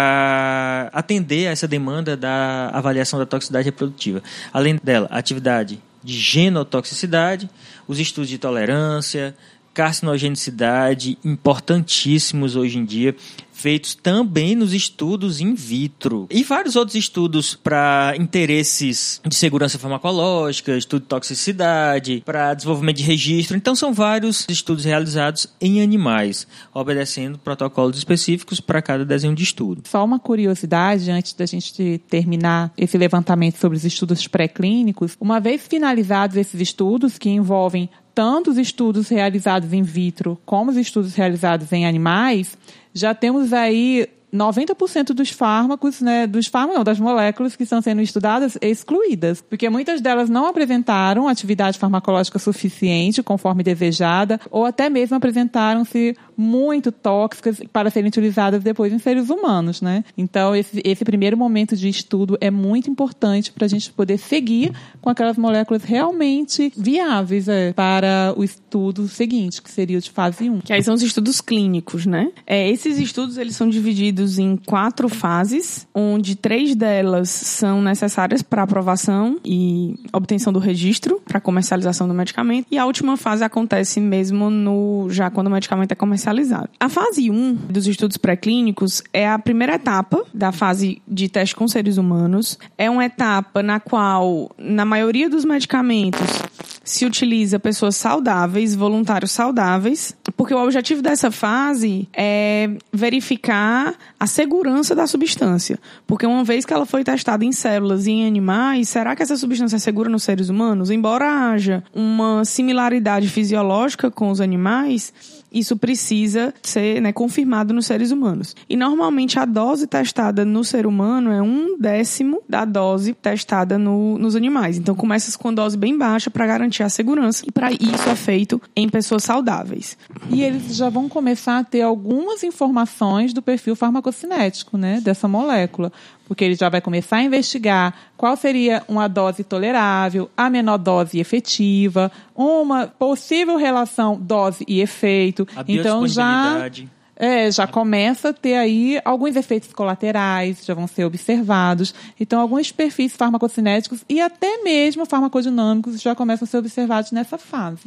para atender a essa demanda da avaliação da toxicidade reprodutiva. Além dela, a atividade de genotoxicidade, os estudos de tolerância, carcinogenicidade, importantíssimos hoje em dia, feitos também nos estudos in vitro. E vários outros estudos para interesses de segurança farmacológica, estudo de toxicidade, para desenvolvimento de registro. Então, são vários estudos realizados em animais, obedecendo protocolos específicos para cada desenho de estudo. Só uma curiosidade, antes da gente terminar esse levantamento sobre os estudos pré-clínicos. Uma vez finalizados esses estudos, que envolvem tanto os estudos realizados in vitro como os estudos realizados em animais, já temos aí 90% dos fármacos, né, das moléculas que estão sendo estudadas excluídas, porque muitas delas não apresentaram atividade farmacológica suficiente, conforme desejada, ou até mesmo apresentaram-se muito tóxicas para serem utilizadas depois em seres humanos, né? Então, esse primeiro momento de estudo é muito importante para a gente poder seguir com aquelas moléculas realmente viáveis para o estudo seguinte, que seria o de fase 1. Que aí são os estudos clínicos, né? Esses estudos, eles são divididos em 4 fases, onde 3 delas são necessárias para aprovação e obtenção do registro para comercialização do medicamento, e a última fase acontece mesmo já quando o medicamento é comercializado. A fase 1 dos estudos pré-clínicos é a primeira etapa da fase de teste com seres humanos. É uma etapa na qual, na maioria dos medicamentos, se utiliza pessoas saudáveis, voluntários saudáveis, porque o objetivo dessa fase é verificar a segurança da substância. Porque uma vez que ela foi testada em células e em animais, será que essa substância é segura nos seres humanos? Embora haja uma similaridade fisiológica com os animais, isso precisa ser, né, confirmado nos seres humanos. E normalmente a dose testada no ser humano é 1/10 da dose testada nos animais. Então começa com dose bem baixa para garantir a segurança, e para isso é feito em pessoas saudáveis. E eles já vão começar a ter algumas informações do perfil farmacocinético, né, dessa molécula. Porque ele já vai começar a investigar qual seria uma dose tolerável, a menor dose efetiva, uma possível relação dose e efeito. A biodisponibilidade. Então já começa a ter aí alguns efeitos colaterais, já vão ser observados. Então, alguns perfis farmacocinéticos e até mesmo farmacodinâmicos já começam a ser observados nessa fase.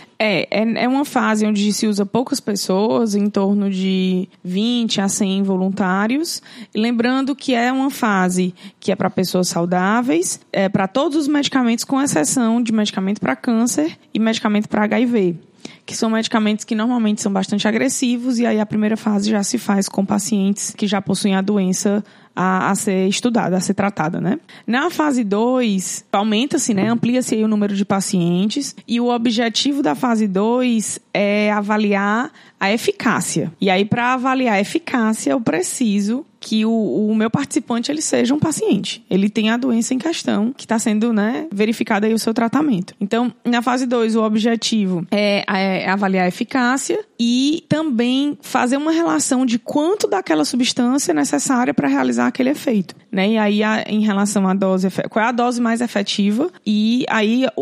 É uma fase onde se usa poucas pessoas, em torno de 20 a 100 voluntários. E lembrando que é uma fase que é para pessoas saudáveis, para todos os medicamentos, com exceção de medicamento para câncer e medicamento para HIV, que são medicamentos que normalmente são bastante agressivos, e aí a primeira fase já se faz com pacientes que já possuem a doença a ser estudada, a ser tratada, né? Na fase 2, aumenta-se, né? Amplia-se aí o número de pacientes, e o objetivo da fase 2 é avaliar a eficácia. E aí, para avaliar a eficácia, eu preciso que o meu participante ele seja um paciente. Ele tem a doença em questão, que está sendo, né, verificada aí o seu tratamento. Então, na fase 2, o objetivo é avaliar a eficácia e também fazer uma relação de quanto daquela substância é necessária para realizar aquele efeito, né? E aí, em relação à dose, qual é a dose mais efetiva? E aí,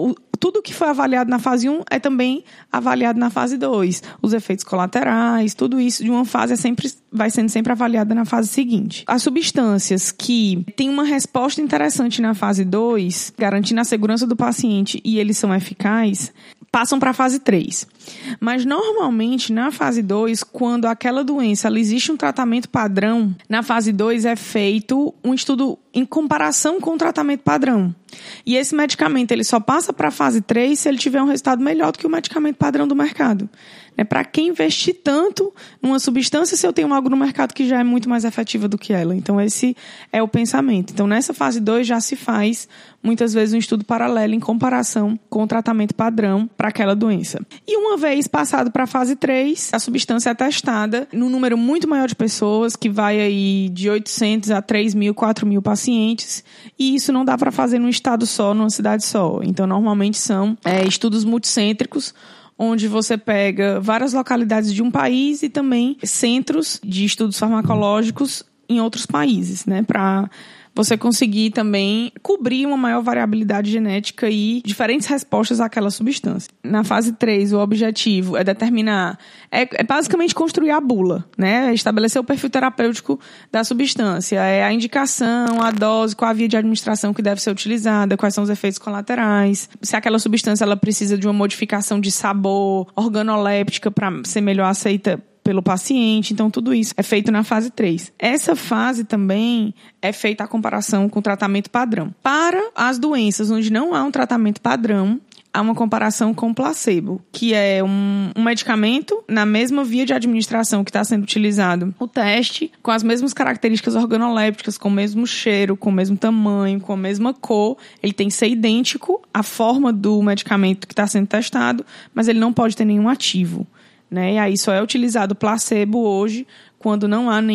tudo que foi avaliado na fase 1 é também avaliado na fase 2. Os efeitos colaterais, tudo isso de uma fase vai sendo sempre avaliado na fase seguinte. As substâncias que têm uma resposta interessante na fase 2, garantindo a segurança do paciente e eles são eficazes, passam para a fase 3. Mas, normalmente, na fase 2, quando aquela doença existe um tratamento padrão, na fase 2 é feito um estudo em comparação com o tratamento padrão. E esse medicamento ele só passa para a fase 3 se ele tiver um resultado melhor do que o medicamento padrão do mercado. Para quem investir tanto numa substância se eu tenho algo no mercado que já é muito mais efetiva do que ela? Então, esse é o pensamento. Então, nessa fase 2 já se faz, muitas vezes, um estudo paralelo em comparação com o tratamento padrão para aquela doença. E uma vez passado para a fase 3, a substância é testada num número muito maior de pessoas, que vai aí de 800 a 3.000, 4.000 pacientes, e isso não dá para fazer num estado só, numa cidade só. Então, normalmente são estudos multicêntricos, onde você pega várias localidades de um país e também centros de estudos farmacológicos em outros países, né, para você conseguir também cobrir uma maior variabilidade genética e diferentes respostas àquela substância. Na fase 3, o objetivo é determinar, é basicamente construir a bula, né? Estabelecer o perfil terapêutico da substância, a indicação, a dose, qual a via de administração que deve ser utilizada, quais são os efeitos colaterais, se aquela substância ela precisa de uma modificação de sabor, organoléptica para ser melhor aceita pelo paciente, então tudo isso é feito na fase 3. Essa fase também é feita a comparação com o tratamento padrão. Para as doenças onde não há um tratamento padrão, há uma comparação com o placebo, que é um medicamento na mesma via de administração que está sendo utilizado. O teste, com as mesmas características organolépticas, com o mesmo cheiro, com o mesmo tamanho, com a mesma cor, ele tem que ser idêntico à forma do medicamento que está sendo testado, mas ele não pode ter nenhum ativo. Né? E aí só é utilizado placebo hoje quando não há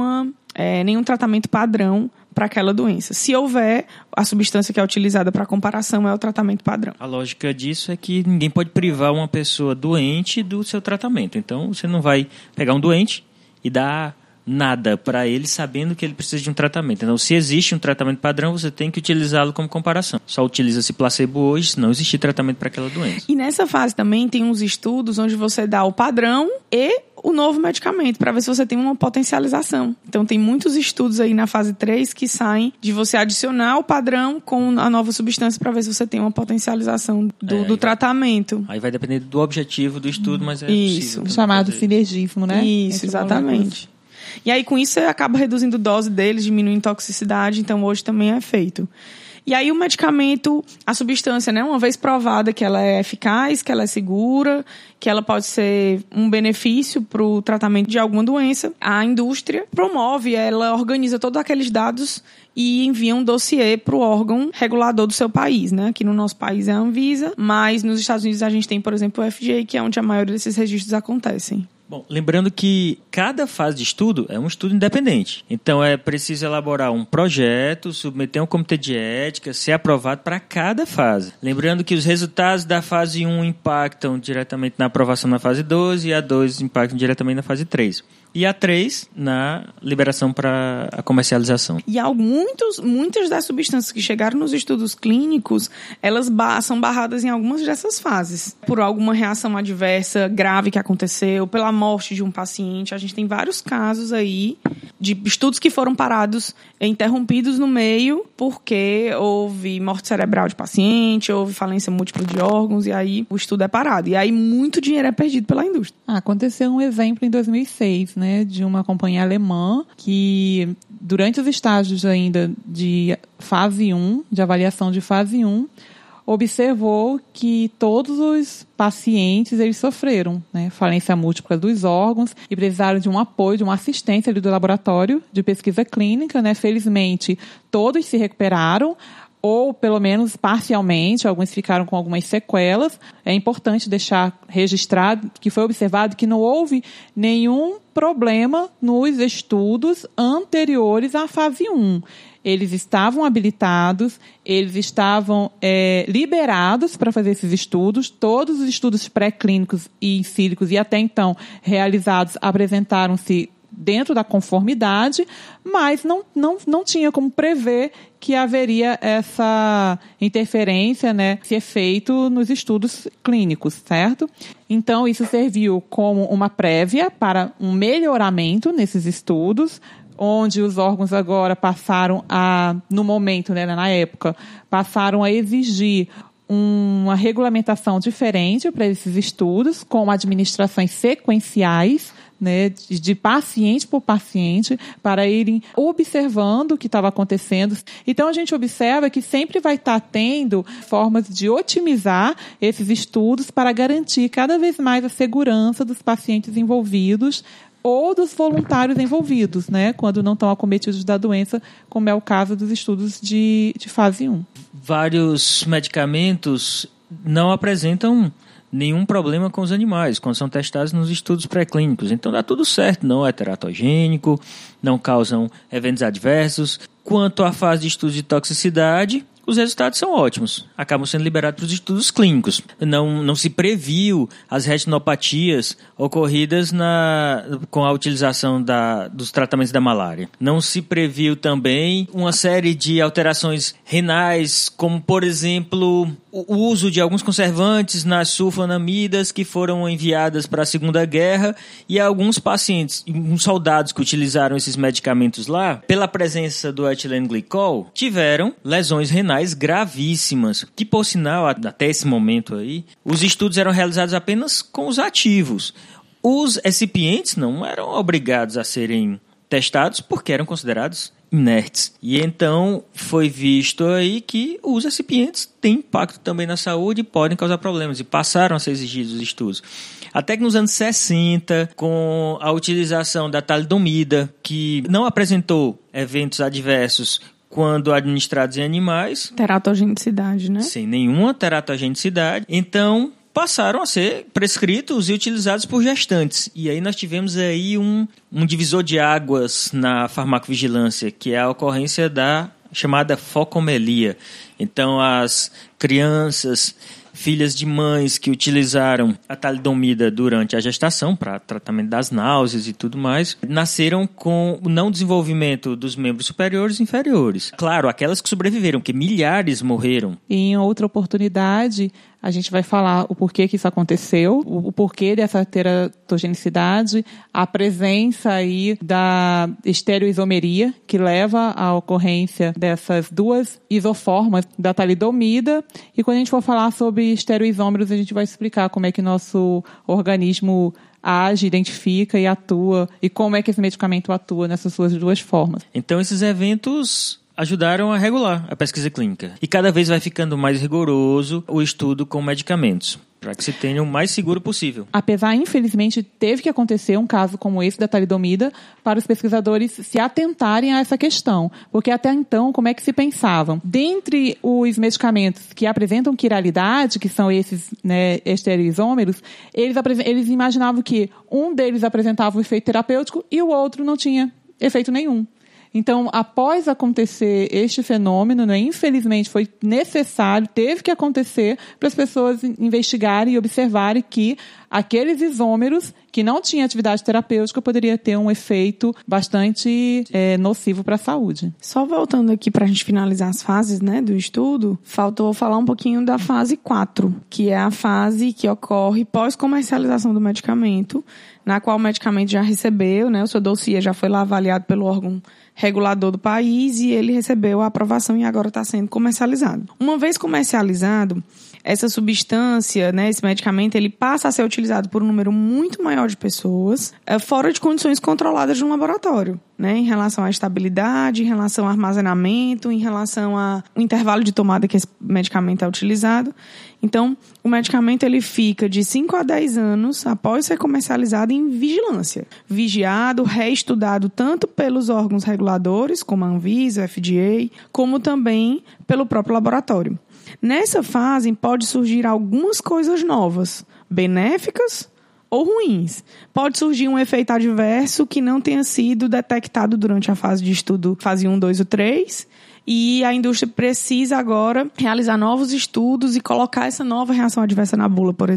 nenhum tratamento padrão para aquela doença. Se houver, a substância que é utilizada para comparação é o tratamento padrão. A lógica disso é que ninguém pode privar uma pessoa doente do seu tratamento. Então, você não vai pegar um doente e dar nada para ele sabendo que ele precisa de um tratamento. Então, se existe um tratamento padrão, você tem que utilizá-lo como comparação. Só utiliza-se placebo hoje se não existe tratamento para aquela doença. E nessa fase também tem uns estudos onde você dá o padrão e o novo medicamento, para ver se você tem uma potencialização. Então, tem muitos estudos aí na fase 3 que saem de você adicionar o padrão com a nova substância para ver se você tem uma potencialização do tratamento. Aí vai depender do objetivo do estudo, mas é isso, possível. Chamado sinergismo, né? Isso, exatamente. E aí, com isso, você acaba reduzindo dose deles, diminuindo toxicidade, então hoje também é feito. E aí o medicamento, a substância, né, uma vez provada que ela é eficaz, que ela é segura, que ela pode ser um benefício para o tratamento de alguma doença, a indústria promove, ela organiza todos aqueles dados e envia um dossiê para o órgão regulador do seu país, né? Aqui no nosso país é a Anvisa, mas nos Estados Unidos a gente tem, por exemplo, o FDA, que é onde a maioria desses registros acontecem. Bom, lembrando que cada fase de estudo é um estudo independente. Então, é preciso elaborar um projeto, submeter a um comitê de ética, ser aprovado para cada fase. Lembrando que os resultados da fase 1 impactam diretamente na aprovação na fase 2 e a 2 impactam diretamente na fase 3. E a 3 na liberação para a comercialização. E muitas das substâncias que chegaram nos estudos clínicos, elas são barradas em algumas dessas fases. Por alguma reação adversa grave que aconteceu, pela morte de um paciente. A gente tem vários casos aí de estudos que foram parados, interrompidos no meio, porque houve morte cerebral de paciente, houve falência múltipla de órgãos, e aí o estudo é parado. E aí muito dinheiro é perdido pela indústria. Aconteceu um exemplo em 2006, né, de uma companhia alemã que, durante os estágios ainda de fase 1, de avaliação de fase 1, observou que todos os pacientes eles sofreram, né, falência múltipla dos órgãos e precisaram de um apoio, de uma assistência ali do laboratório de pesquisa clínica, né. Felizmente, todos se recuperaram, ou pelo menos parcialmente, alguns ficaram com algumas sequelas. É importante deixar registrado que foi observado que não houve nenhum problema nos estudos anteriores à fase 1. Eles estavam habilitados, eles estavam liberados para fazer esses estudos. Todos os estudos pré-clínicos e in sílicos e até então realizados apresentaram-se dentro da conformidade, mas não tinha como prever que haveria essa interferência, né, esse efeito nos estudos clínicos, certo? Então, isso serviu como uma prévia para um melhoramento nesses estudos, onde os órgãos agora passaram no momento, né, na época, passaram a exigir uma regulamentação diferente para esses estudos, com administrações sequenciais, né, de paciente por paciente, para irem observando o que estava acontecendo. Então, a gente observa que sempre vai estar tendo formas de otimizar esses estudos para garantir cada vez mais a segurança dos pacientes envolvidos ou dos voluntários envolvidos, né, quando não estão acometidos da doença, como é o caso dos estudos de fase 1. Vários medicamentos não apresentam nenhum problema com os animais, quando são testados nos estudos pré-clínicos. Então dá tudo certo, não é teratogênico, não causam eventos adversos. Quanto à fase de estudos de toxicidade, os resultados são ótimos, acabam sendo liberados para os estudos clínicos. Não se previu as retinopatias ocorridas com a utilização dos tratamentos da malária. Não se previu também uma série de alterações renais, como, por exemplo, o uso de alguns conservantes nas sulfonamidas que foram enviadas para a Segunda Guerra, e alguns pacientes, uns soldados que utilizaram esses medicamentos lá, pela presença do etileno glicol, tiveram lesões renais gravíssimas, que, por sinal, até esse momento aí, os estudos eram realizados apenas com os ativos. Os recipientes não eram obrigados a serem testados porque eram considerados inertes. E então foi visto aí que os recipientes têm impacto também na saúde e podem causar problemas, e passaram a ser exigidos os estudos. Até que nos anos 60, com a utilização da talidomida, que não apresentou eventos adversos quando administrados em animais. Teratogenicidade, né? Sem nenhuma teratogenicidade. Então, passaram a ser prescritos e utilizados por gestantes. E aí nós tivemos aí um divisor de águas na farmacovigilância, que é a ocorrência da chamada focomelia. Então, as crianças, filhas de mães que utilizaram a talidomida durante a gestação para tratamento das náuseas e tudo mais, nasceram com o não desenvolvimento dos membros superiores e inferiores. Claro, aquelas que sobreviveram, porque milhares morreram. E em outra oportunidade, a gente vai falar o porquê que isso aconteceu, o porquê dessa teratogenicidade, a presença aí da estereoisomeria, que leva à ocorrência dessas duas isoformas da talidomida. E quando a gente for falar sobre estereoisômeros, a gente vai explicar como é que nosso organismo age, identifica e atua, e como é que esse medicamento atua nessas suas duas formas. Então, esses eventos ajudaram a regular a pesquisa clínica. E cada vez vai ficando mais rigoroso o estudo com medicamentos, para que se tenha o mais seguro possível. Apesar, infelizmente, teve que acontecer um caso como esse da talidomida para os pesquisadores se atentarem a essa questão. Porque até então, como é que se pensavam? Dentre os medicamentos que apresentam quiralidade, que são esses, né, estereoisômeros, eles imaginavam que um deles apresentava um efeito terapêutico e o outro não tinha efeito nenhum. Então, após acontecer este fenômeno, né, infelizmente foi necessário, teve que acontecer para as pessoas investigarem e observarem que aqueles isômeros que não tinham atividade terapêutica poderia ter um efeito bastante nocivo para a saúde. Só voltando aqui para a gente finalizar as fases, né, do estudo, faltou falar um pouquinho da fase 4, que é a fase que ocorre pós-comercialização do medicamento, na qual o medicamento já recebeu, né, o seu dossiê já foi lá avaliado pelo órgão regulador do país e ele recebeu a aprovação e agora está sendo comercializado. Uma vez comercializado, essa substância, né, esse medicamento, ele passa a ser utilizado por um número muito maior de pessoas, fora de condições controladas de um laboratório, né, em relação à estabilidade, em relação ao armazenamento, em relação ao intervalo de tomada que esse medicamento é utilizado. Então, o medicamento ele fica de 5 a 10 anos após ser comercializado em vigilância. Vigiado, reestudado tanto pelos órgãos reguladores, como a Anvisa, o FDA, como também pelo próprio laboratório. Nessa fase, pode surgir algumas coisas novas, benéficas ou ruins. Pode surgir um efeito adverso que não tenha sido detectado durante a fase de estudo, fase 1, 2 ou 3, e a indústria precisa agora realizar novos estudos e colocar essa nova reação adversa na bula, por exemplo.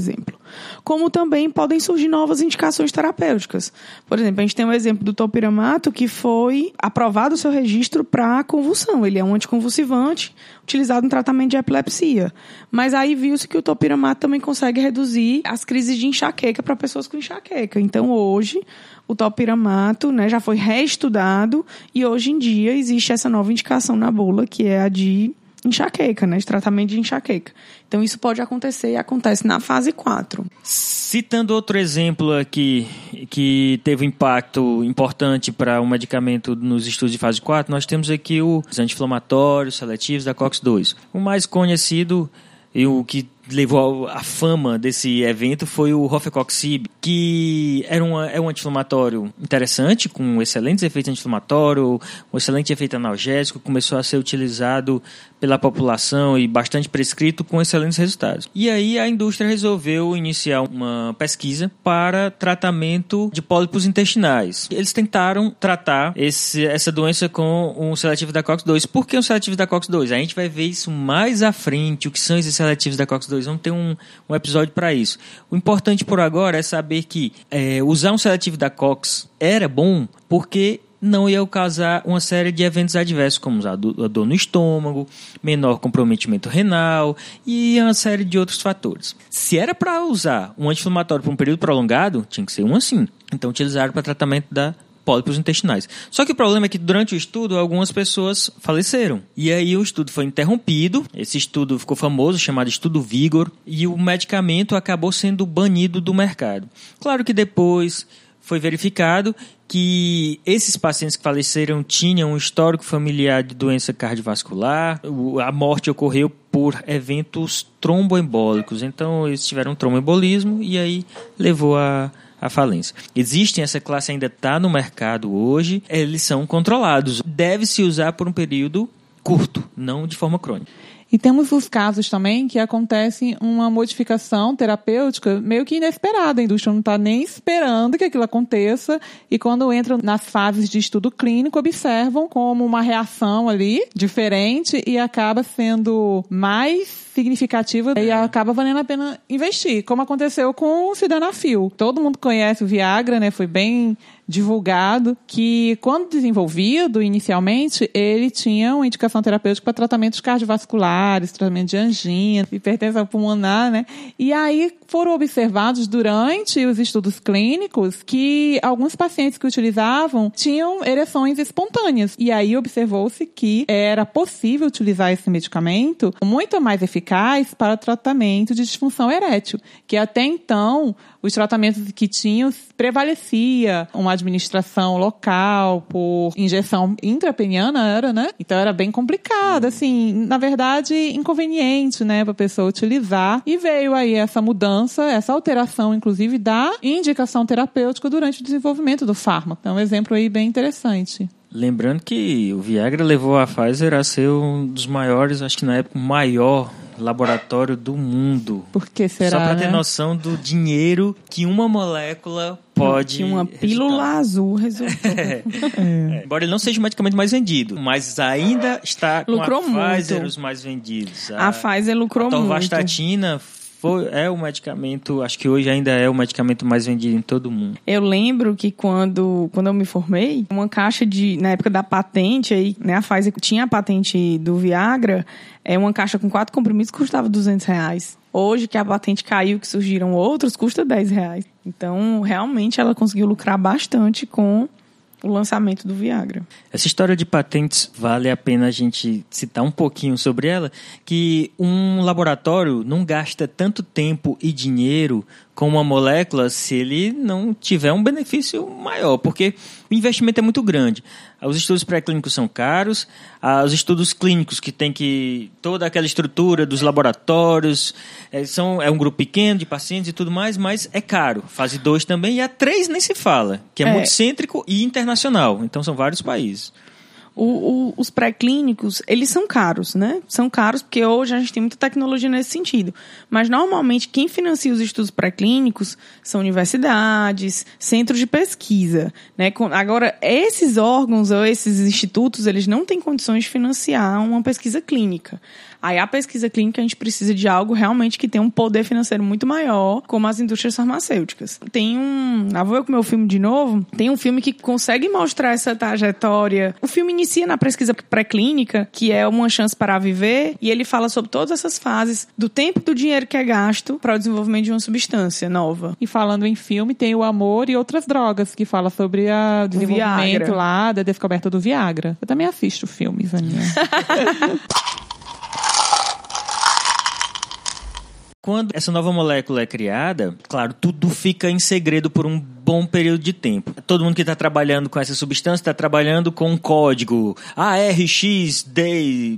como também podem surgir novas indicações terapêuticas. Por exemplo, a gente tem um exemplo do topiramato que foi aprovado o seu registro para convulsão. Ele é um anticonvulsivante utilizado no tratamento de epilepsia. Mas aí viu-se que o topiramato também consegue reduzir as crises de enxaqueca para pessoas com enxaqueca. Então, hoje, o topiramato, né, já foi reestudado e hoje em dia existe essa nova indicação na bula, que é a de enxaqueca, né, de tratamento de enxaqueca. Então, isso pode acontecer e acontece na fase 4. Citando outro exemplo aqui, que teve um impacto importante para um medicamento nos estudos de fase 4, nós temos aqui os anti-inflamatórios seletivos da COX-2. O mais conhecido e o que levou a fama desse evento foi o rofecoxib, que é um anti-inflamatório interessante, com excelentes efeitos anti-inflamatórios, um excelente efeito analgésico, começou a ser utilizado pela população e bastante prescrito com excelentes resultados. E aí a indústria resolveu iniciar uma pesquisa para tratamento de pólipos intestinais. Eles tentaram tratar essa doença com um seletivo da COX-2. Por que um seletivo da COX-2? A gente vai ver isso mais à frente, o que são esses seletivos da COX-2. Vamos ter um episódio para isso. O importante por agora é saber que usar um seletivo da COX era bom porque não ia causar uma série de eventos adversos, como a dor no estômago, menor comprometimento renal e uma série de outros fatores. Se era para usar um anti-inflamatório por um período prolongado, tinha que ser um assim. Então, utilizaram para tratamento da pólipos intestinais. Só que o problema é que durante o estudo algumas pessoas faleceram. E aí o estudo foi interrompido. Esse estudo ficou famoso, chamado Estudo Vigor, e o medicamento acabou sendo banido do mercado. Claro que depois foi verificado que esses pacientes que faleceram tinham um histórico familiar de doença cardiovascular. A morte ocorreu por eventos tromboembólicos. Então eles tiveram um tromboembolismo e aí levou a falência. Essa classe ainda está no mercado hoje, eles são controlados. Deve-se usar por um período curto, não de forma crônica. E temos os casos também que acontece uma modificação terapêutica meio que inesperada. A indústria não está nem esperando que aquilo aconteça e quando entram nas fases de estudo clínico, observam como uma reação ali diferente e acaba sendo mais significativa e acaba valendo a pena investir, como aconteceu com o sildenafil. Todo mundo conhece o Viagra, né? Foi bem divulgado que, quando desenvolvido inicialmente, ele tinha uma indicação terapêutica para tratamentos cardiovasculares, tratamento de angina, hipertensão pulmonar, né? E aí foram observados durante os estudos clínicos que alguns pacientes que utilizavam tinham ereções espontâneas. E aí observou-se que era possível utilizar esse medicamento muito mais eficaz para o tratamento de disfunção erétil, que até então os tratamentos que tinham prevalecia uma administração local por injeção intrapeniana, né? Então era bem complicado, assim, na verdade inconveniente, né, para a pessoa utilizar. E veio aí essa mudança, essa alteração, inclusive, da indicação terapêutica durante o desenvolvimento do fármaco. Então, um exemplo aí bem interessante. Lembrando que o Viagra levou a Pfizer a ser um dos maiores, acho que na época, o maior laboratório do mundo. Por que será, Só para ter né? noção do dinheiro que uma molécula pode... Que uma pílula azul resultou. Embora ele não seja o medicamento mais vendido, mas ainda está com Lucrou a Pfizer muito. os mais vendidos. A Pfizer lucrou a muito. Torvastatina é o medicamento, acho que hoje ainda é o medicamento mais vendido em todo o mundo. Eu lembro que quando eu me formei, uma caixa na época da patente, aí, né, a Pfizer tinha a patente do Viagra, uma caixa com 4 comprimidos custava R$200. Hoje, que a patente caiu, que surgiram outros, custa R$10. Então, realmente, ela conseguiu lucrar bastante com o lançamento do Viagra. Essa história de patentes, vale a pena a gente citar um pouquinho sobre ela, que um laboratório não gasta tanto tempo e dinheiro com uma molécula se ele não tiver um benefício maior, porque o investimento é muito grande. Os estudos pré-clínicos são caros, os estudos clínicos que tem toda aquela estrutura dos laboratórios, é um grupo pequeno de pacientes e tudo mais, mas é caro. Fase 2 também, e a 3 nem se fala, que é multicêntrico e internacional, então são vários países. Os pré-clínicos, eles são caros, né? São caros porque hoje a gente tem muita tecnologia nesse sentido. Mas, normalmente, quem financia os estudos pré-clínicos são universidades, centros de pesquisa, né? Agora, esses órgãos ou esses institutos, eles não têm condições de financiar uma pesquisa clínica. Aí a pesquisa clínica a gente precisa de algo realmente que tenha um poder financeiro muito maior, como as indústrias farmacêuticas. Vou ver com o meu filme de novo, tem um filme que consegue mostrar essa trajetória. O filme inicia na pesquisa pré-clínica, que é Uma Chance para Viver, e ele fala sobre todas essas fases do tempo e do dinheiro que é gasto para o desenvolvimento de uma substância nova. E falando em filme, tem O Amor e Outras Drogas, que fala sobre o desenvolvimento Viagra. lá da descoberta do Viagra. Eu também assisto filmes, Aninha. Quando essa nova molécula é criada, claro, tudo fica em segredo por um bom período de tempo. Todo mundo que está trabalhando com essa substância está trabalhando com um código ARXD...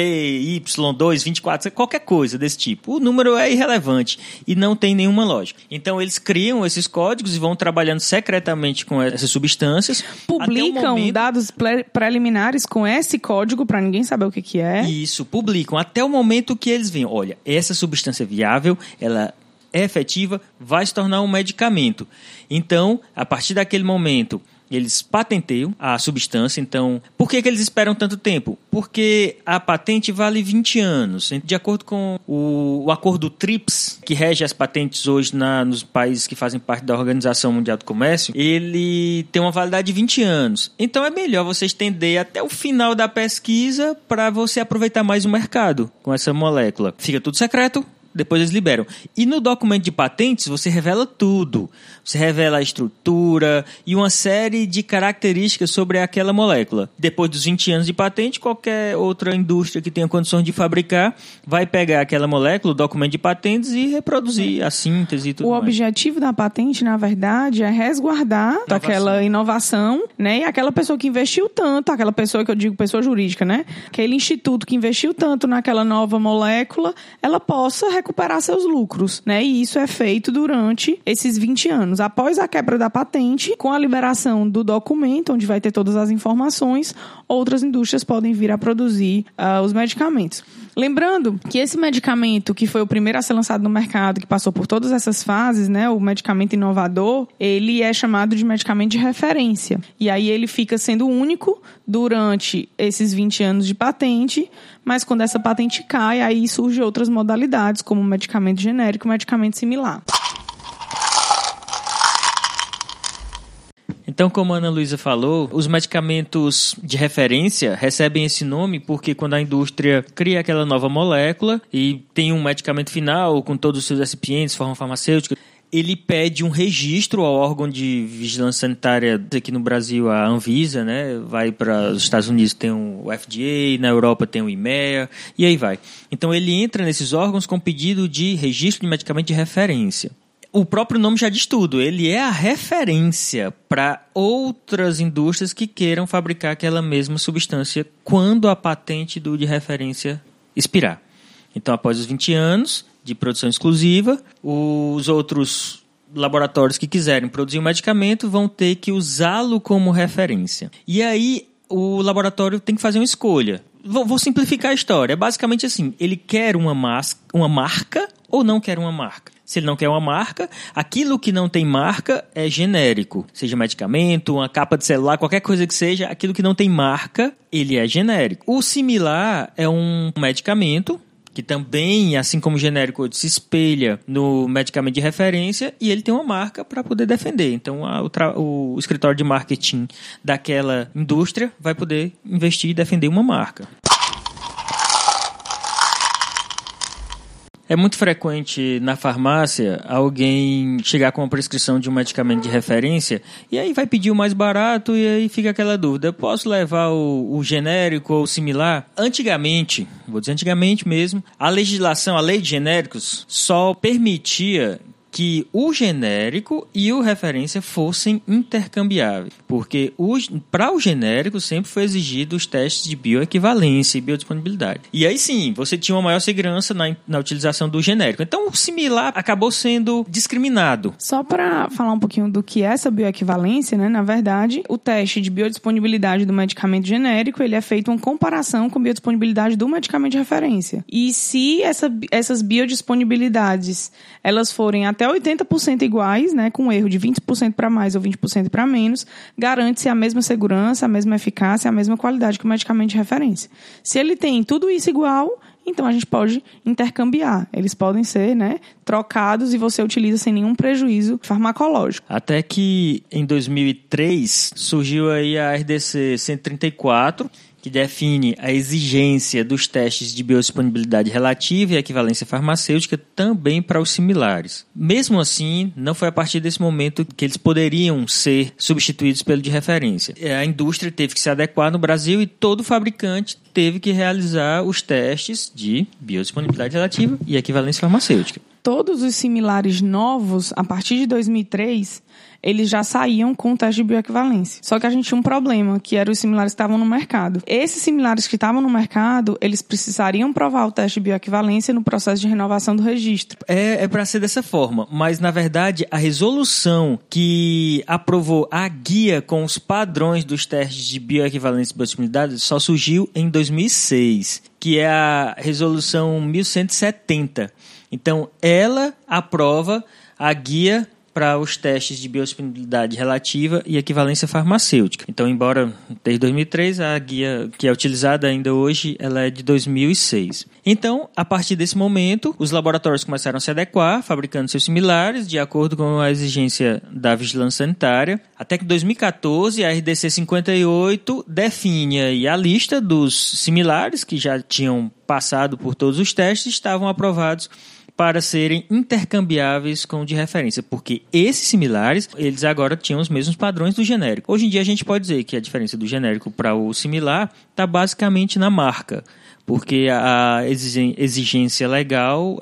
PY224, qualquer coisa desse tipo. O número é irrelevante e não tem nenhuma lógica. Então, eles criam esses códigos e vão trabalhando secretamente com essas substâncias. Publicam dados preliminares com esse código para ninguém saber o que é. Isso, publicam. Até o momento que eles veem, olha, essa substância viável, ela é efetiva, vai se tornar um medicamento. Então, a partir daquele momento, eles patenteiam a substância. Então, por que eles esperam tanto tempo? Porque a patente vale 20 anos. De acordo com o acordo TRIPS, que rege as patentes hoje nos países que fazem parte da Organização Mundial do Comércio, ele tem uma validade de 20 anos. Então, é melhor você estender até o final da pesquisa para você aproveitar mais o mercado com essa molécula. Fica tudo secreto. Depois eles liberam. E no documento de patentes você revela tudo. Você revela a estrutura e uma série de características sobre aquela molécula. Depois dos 20 anos de patente, qualquer outra indústria que tenha condições de fabricar vai pegar aquela molécula, o documento de patentes e reproduzir a síntese e tudo mais. O objetivo da patente, na verdade, é resguardar aquela inovação, né? E aquela pessoa que investiu tanto, aquela pessoa que eu digo pessoa jurídica, né? Aquele instituto que investiu tanto naquela nova molécula, ela possa recuperar seus lucros, né? E isso é feito durante esses 20 anos. Após a quebra da patente, com a liberação do documento, onde vai ter todas as informações, outras indústrias podem vir a produzir os medicamentos. Lembrando que esse medicamento, que foi o primeiro a ser lançado no mercado, que passou por todas essas fases, né, o medicamento inovador, ele é chamado de medicamento de referência. E aí ele fica sendo único durante esses 20 anos de patente, mas quando essa patente cai, aí surgem outras modalidades, como medicamento genérico e medicamento similar. Então, como a Ana Luísa falou, os medicamentos de referência recebem esse nome porque quando a indústria cria aquela nova molécula e tem um medicamento final com todos os seus recipientes, forma farmacêutica, ele pede um registro ao órgão de vigilância sanitária. Aqui no Brasil, a Anvisa, né? Vai para os Estados Unidos, tem o FDA, na Europa tem o IMEA, e aí vai. Então, ele entra nesses órgãos com pedido de registro de medicamento de referência. O próprio nome já diz tudo, ele é a referência para outras indústrias que queiram fabricar aquela mesma substância quando a patente de referência expirar. Então, após os 20 anos de produção exclusiva, os outros laboratórios que quiserem produzir um medicamento vão ter que usá-lo como referência. E aí, o laboratório tem que fazer uma escolha. Vou simplificar a história. É basicamente assim, ele quer uma marca ou não quer uma marca? Se ele não quer uma marca, aquilo que não tem marca é genérico. Seja medicamento, uma capa de celular, qualquer coisa que seja, aquilo que não tem marca, ele é genérico. O similar é um medicamento que também, assim como o genérico, se espelha no medicamento de referência e ele tem uma marca para poder defender. Então, o escritório de marketing daquela indústria vai poder investir e defender uma marca. É muito frequente na farmácia alguém chegar com uma prescrição de um medicamento de referência e aí vai pedir o mais barato e aí fica aquela dúvida. Eu posso levar o genérico ou o similar? Antigamente, vou dizer antigamente mesmo, a legislação, a lei de genéricos só permitia que o genérico e o referência fossem intercambiáveis. Porque para o genérico sempre foi exigido os testes de bioequivalência e biodisponibilidade. E aí sim, você tinha uma maior segurança na utilização do genérico. Então o similar acabou sendo discriminado. Só para falar um pouquinho do que é essa bioequivalência, né? Na verdade, o teste de biodisponibilidade do medicamento genérico, ele é feito uma comparação com a biodisponibilidade do medicamento de referência. E se essas biodisponibilidades elas forem até 80% iguais, né, com erro de 20% para mais ou 20% para menos, garante-se a mesma segurança, a mesma eficácia, a mesma qualidade que o medicamento de referência. Se ele tem tudo isso igual, então a gente pode intercambiar. Eles podem ser, né, trocados e você utiliza sem nenhum prejuízo farmacológico. Até que em 2003 surgiu aí a RDC 134, que define a exigência dos testes de biodisponibilidade relativa e equivalência farmacêutica também para os similares. Mesmo assim, não foi a partir desse momento que eles poderiam ser substituídos pelo de referência. A indústria teve que se adequar no Brasil e todo fabricante teve que realizar os testes de biodisponibilidade relativa e equivalência farmacêutica. Todos os similares novos, a partir de 2003, eles já saíam com o teste de bioequivalência. Só que a gente tinha um problema, que eram os similares que estavam no mercado. Esses similares que estavam no mercado, eles precisariam provar o teste de bioequivalência no processo de renovação do registro. É para ser dessa forma, mas na verdade a resolução que aprovou a guia com os padrões dos testes de bioequivalência e biodisponibilidade só surgiu em 2006, que é a resolução 1170. Então, ela aprova a guia para os testes de biodisponibilidade relativa e equivalência farmacêutica. Então, embora desde 2003, a guia que é utilizada ainda hoje, ela é de 2006. Então, a partir desse momento, os laboratórios começaram a se adequar, fabricando seus similares de acordo com a exigência da vigilância sanitária. Até que em 2014, a RDC 58 define aí a lista dos similares que já tinham passado por todos os testes e estavam aprovados para serem intercambiáveis com o de referência, porque esses similares, eles agora tinham os mesmos padrões do genérico. Hoje em dia a gente pode dizer que a diferença do genérico para o similar está basicamente na marca, porque a exigência legal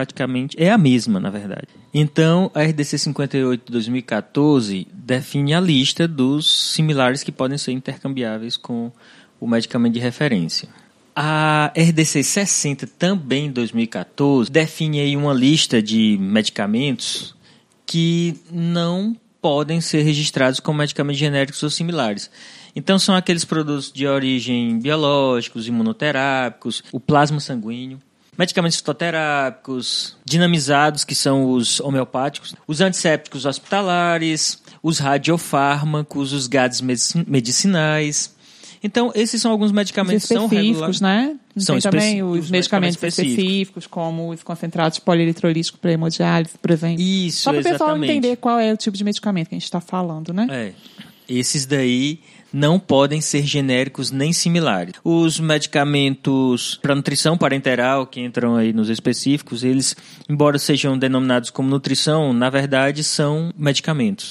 é a mesma, na verdade. Então, a RDC 58 de 2014 define a lista dos similares que podem ser intercambiáveis com o medicamento de referência. A RDC 60, também em 2014, define aí uma lista de medicamentos que não podem ser registrados como medicamentos genéricos ou similares. Então, são aqueles produtos de origem biológicos, imunoterápicos, o plasma sanguíneo, medicamentos fitoterápicos, dinamizados, que são os homeopáticos, os antissépticos hospitalares, os radiofármacos, os gases medicinais. Então, esses são alguns medicamentos que são regulados, né? Tem também os medicamentos específicos, como os concentrados polieletrolíticos para hemodiálise, por exemplo. Isso, só para o pessoal exatamente. Entender qual é o tipo de medicamento que a gente está falando, né? Esses daí não podem ser genéricos nem similares. Os medicamentos para nutrição parenteral, que entram aí nos específicos, eles, embora sejam denominados como nutrição, na verdade são medicamentos.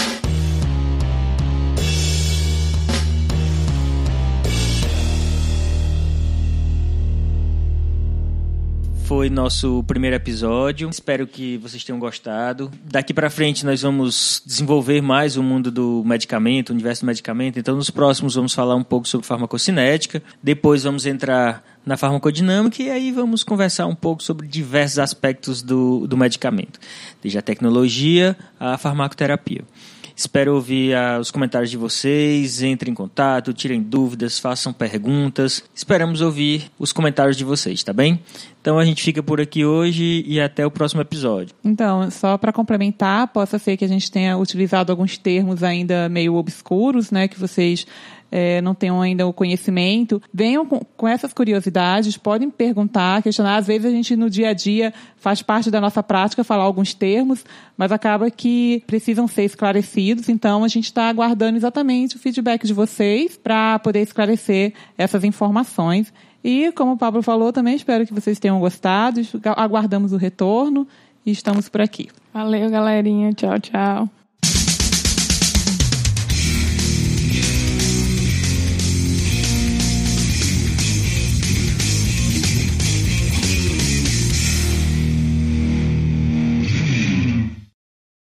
Foi nosso primeiro episódio. Espero que vocês tenham gostado. Daqui para frente nós vamos desenvolver mais o mundo do medicamento, o universo do medicamento. Então nos próximos vamos falar um pouco sobre farmacocinética. Depois vamos entrar na farmacodinâmica e aí vamos conversar um pouco sobre diversos aspectos do medicamento. Desde a tecnologia à farmacoterapia. Espero ouvir os comentários de vocês, entrem em contato, tirem dúvidas, façam perguntas. Esperamos ouvir os comentários de vocês, tá bem? Então a gente fica por aqui hoje e até o próximo episódio. Então, só para complementar, possa ser que a gente tenha utilizado alguns termos ainda meio obscuros, né, que vocês não tenham ainda o conhecimento. Venham com essas curiosidades, podem perguntar, questionar. Às vezes a gente no dia a dia faz parte da nossa prática falar alguns termos, mas acaba que precisam ser esclarecidos. Então a gente está aguardando exatamente o feedback de vocês para poder esclarecer essas informações. E como o Pablo falou, também espero que vocês tenham gostado. Aguardamos o retorno e estamos por aqui. Valeu, galerinha. Tchau, tchau.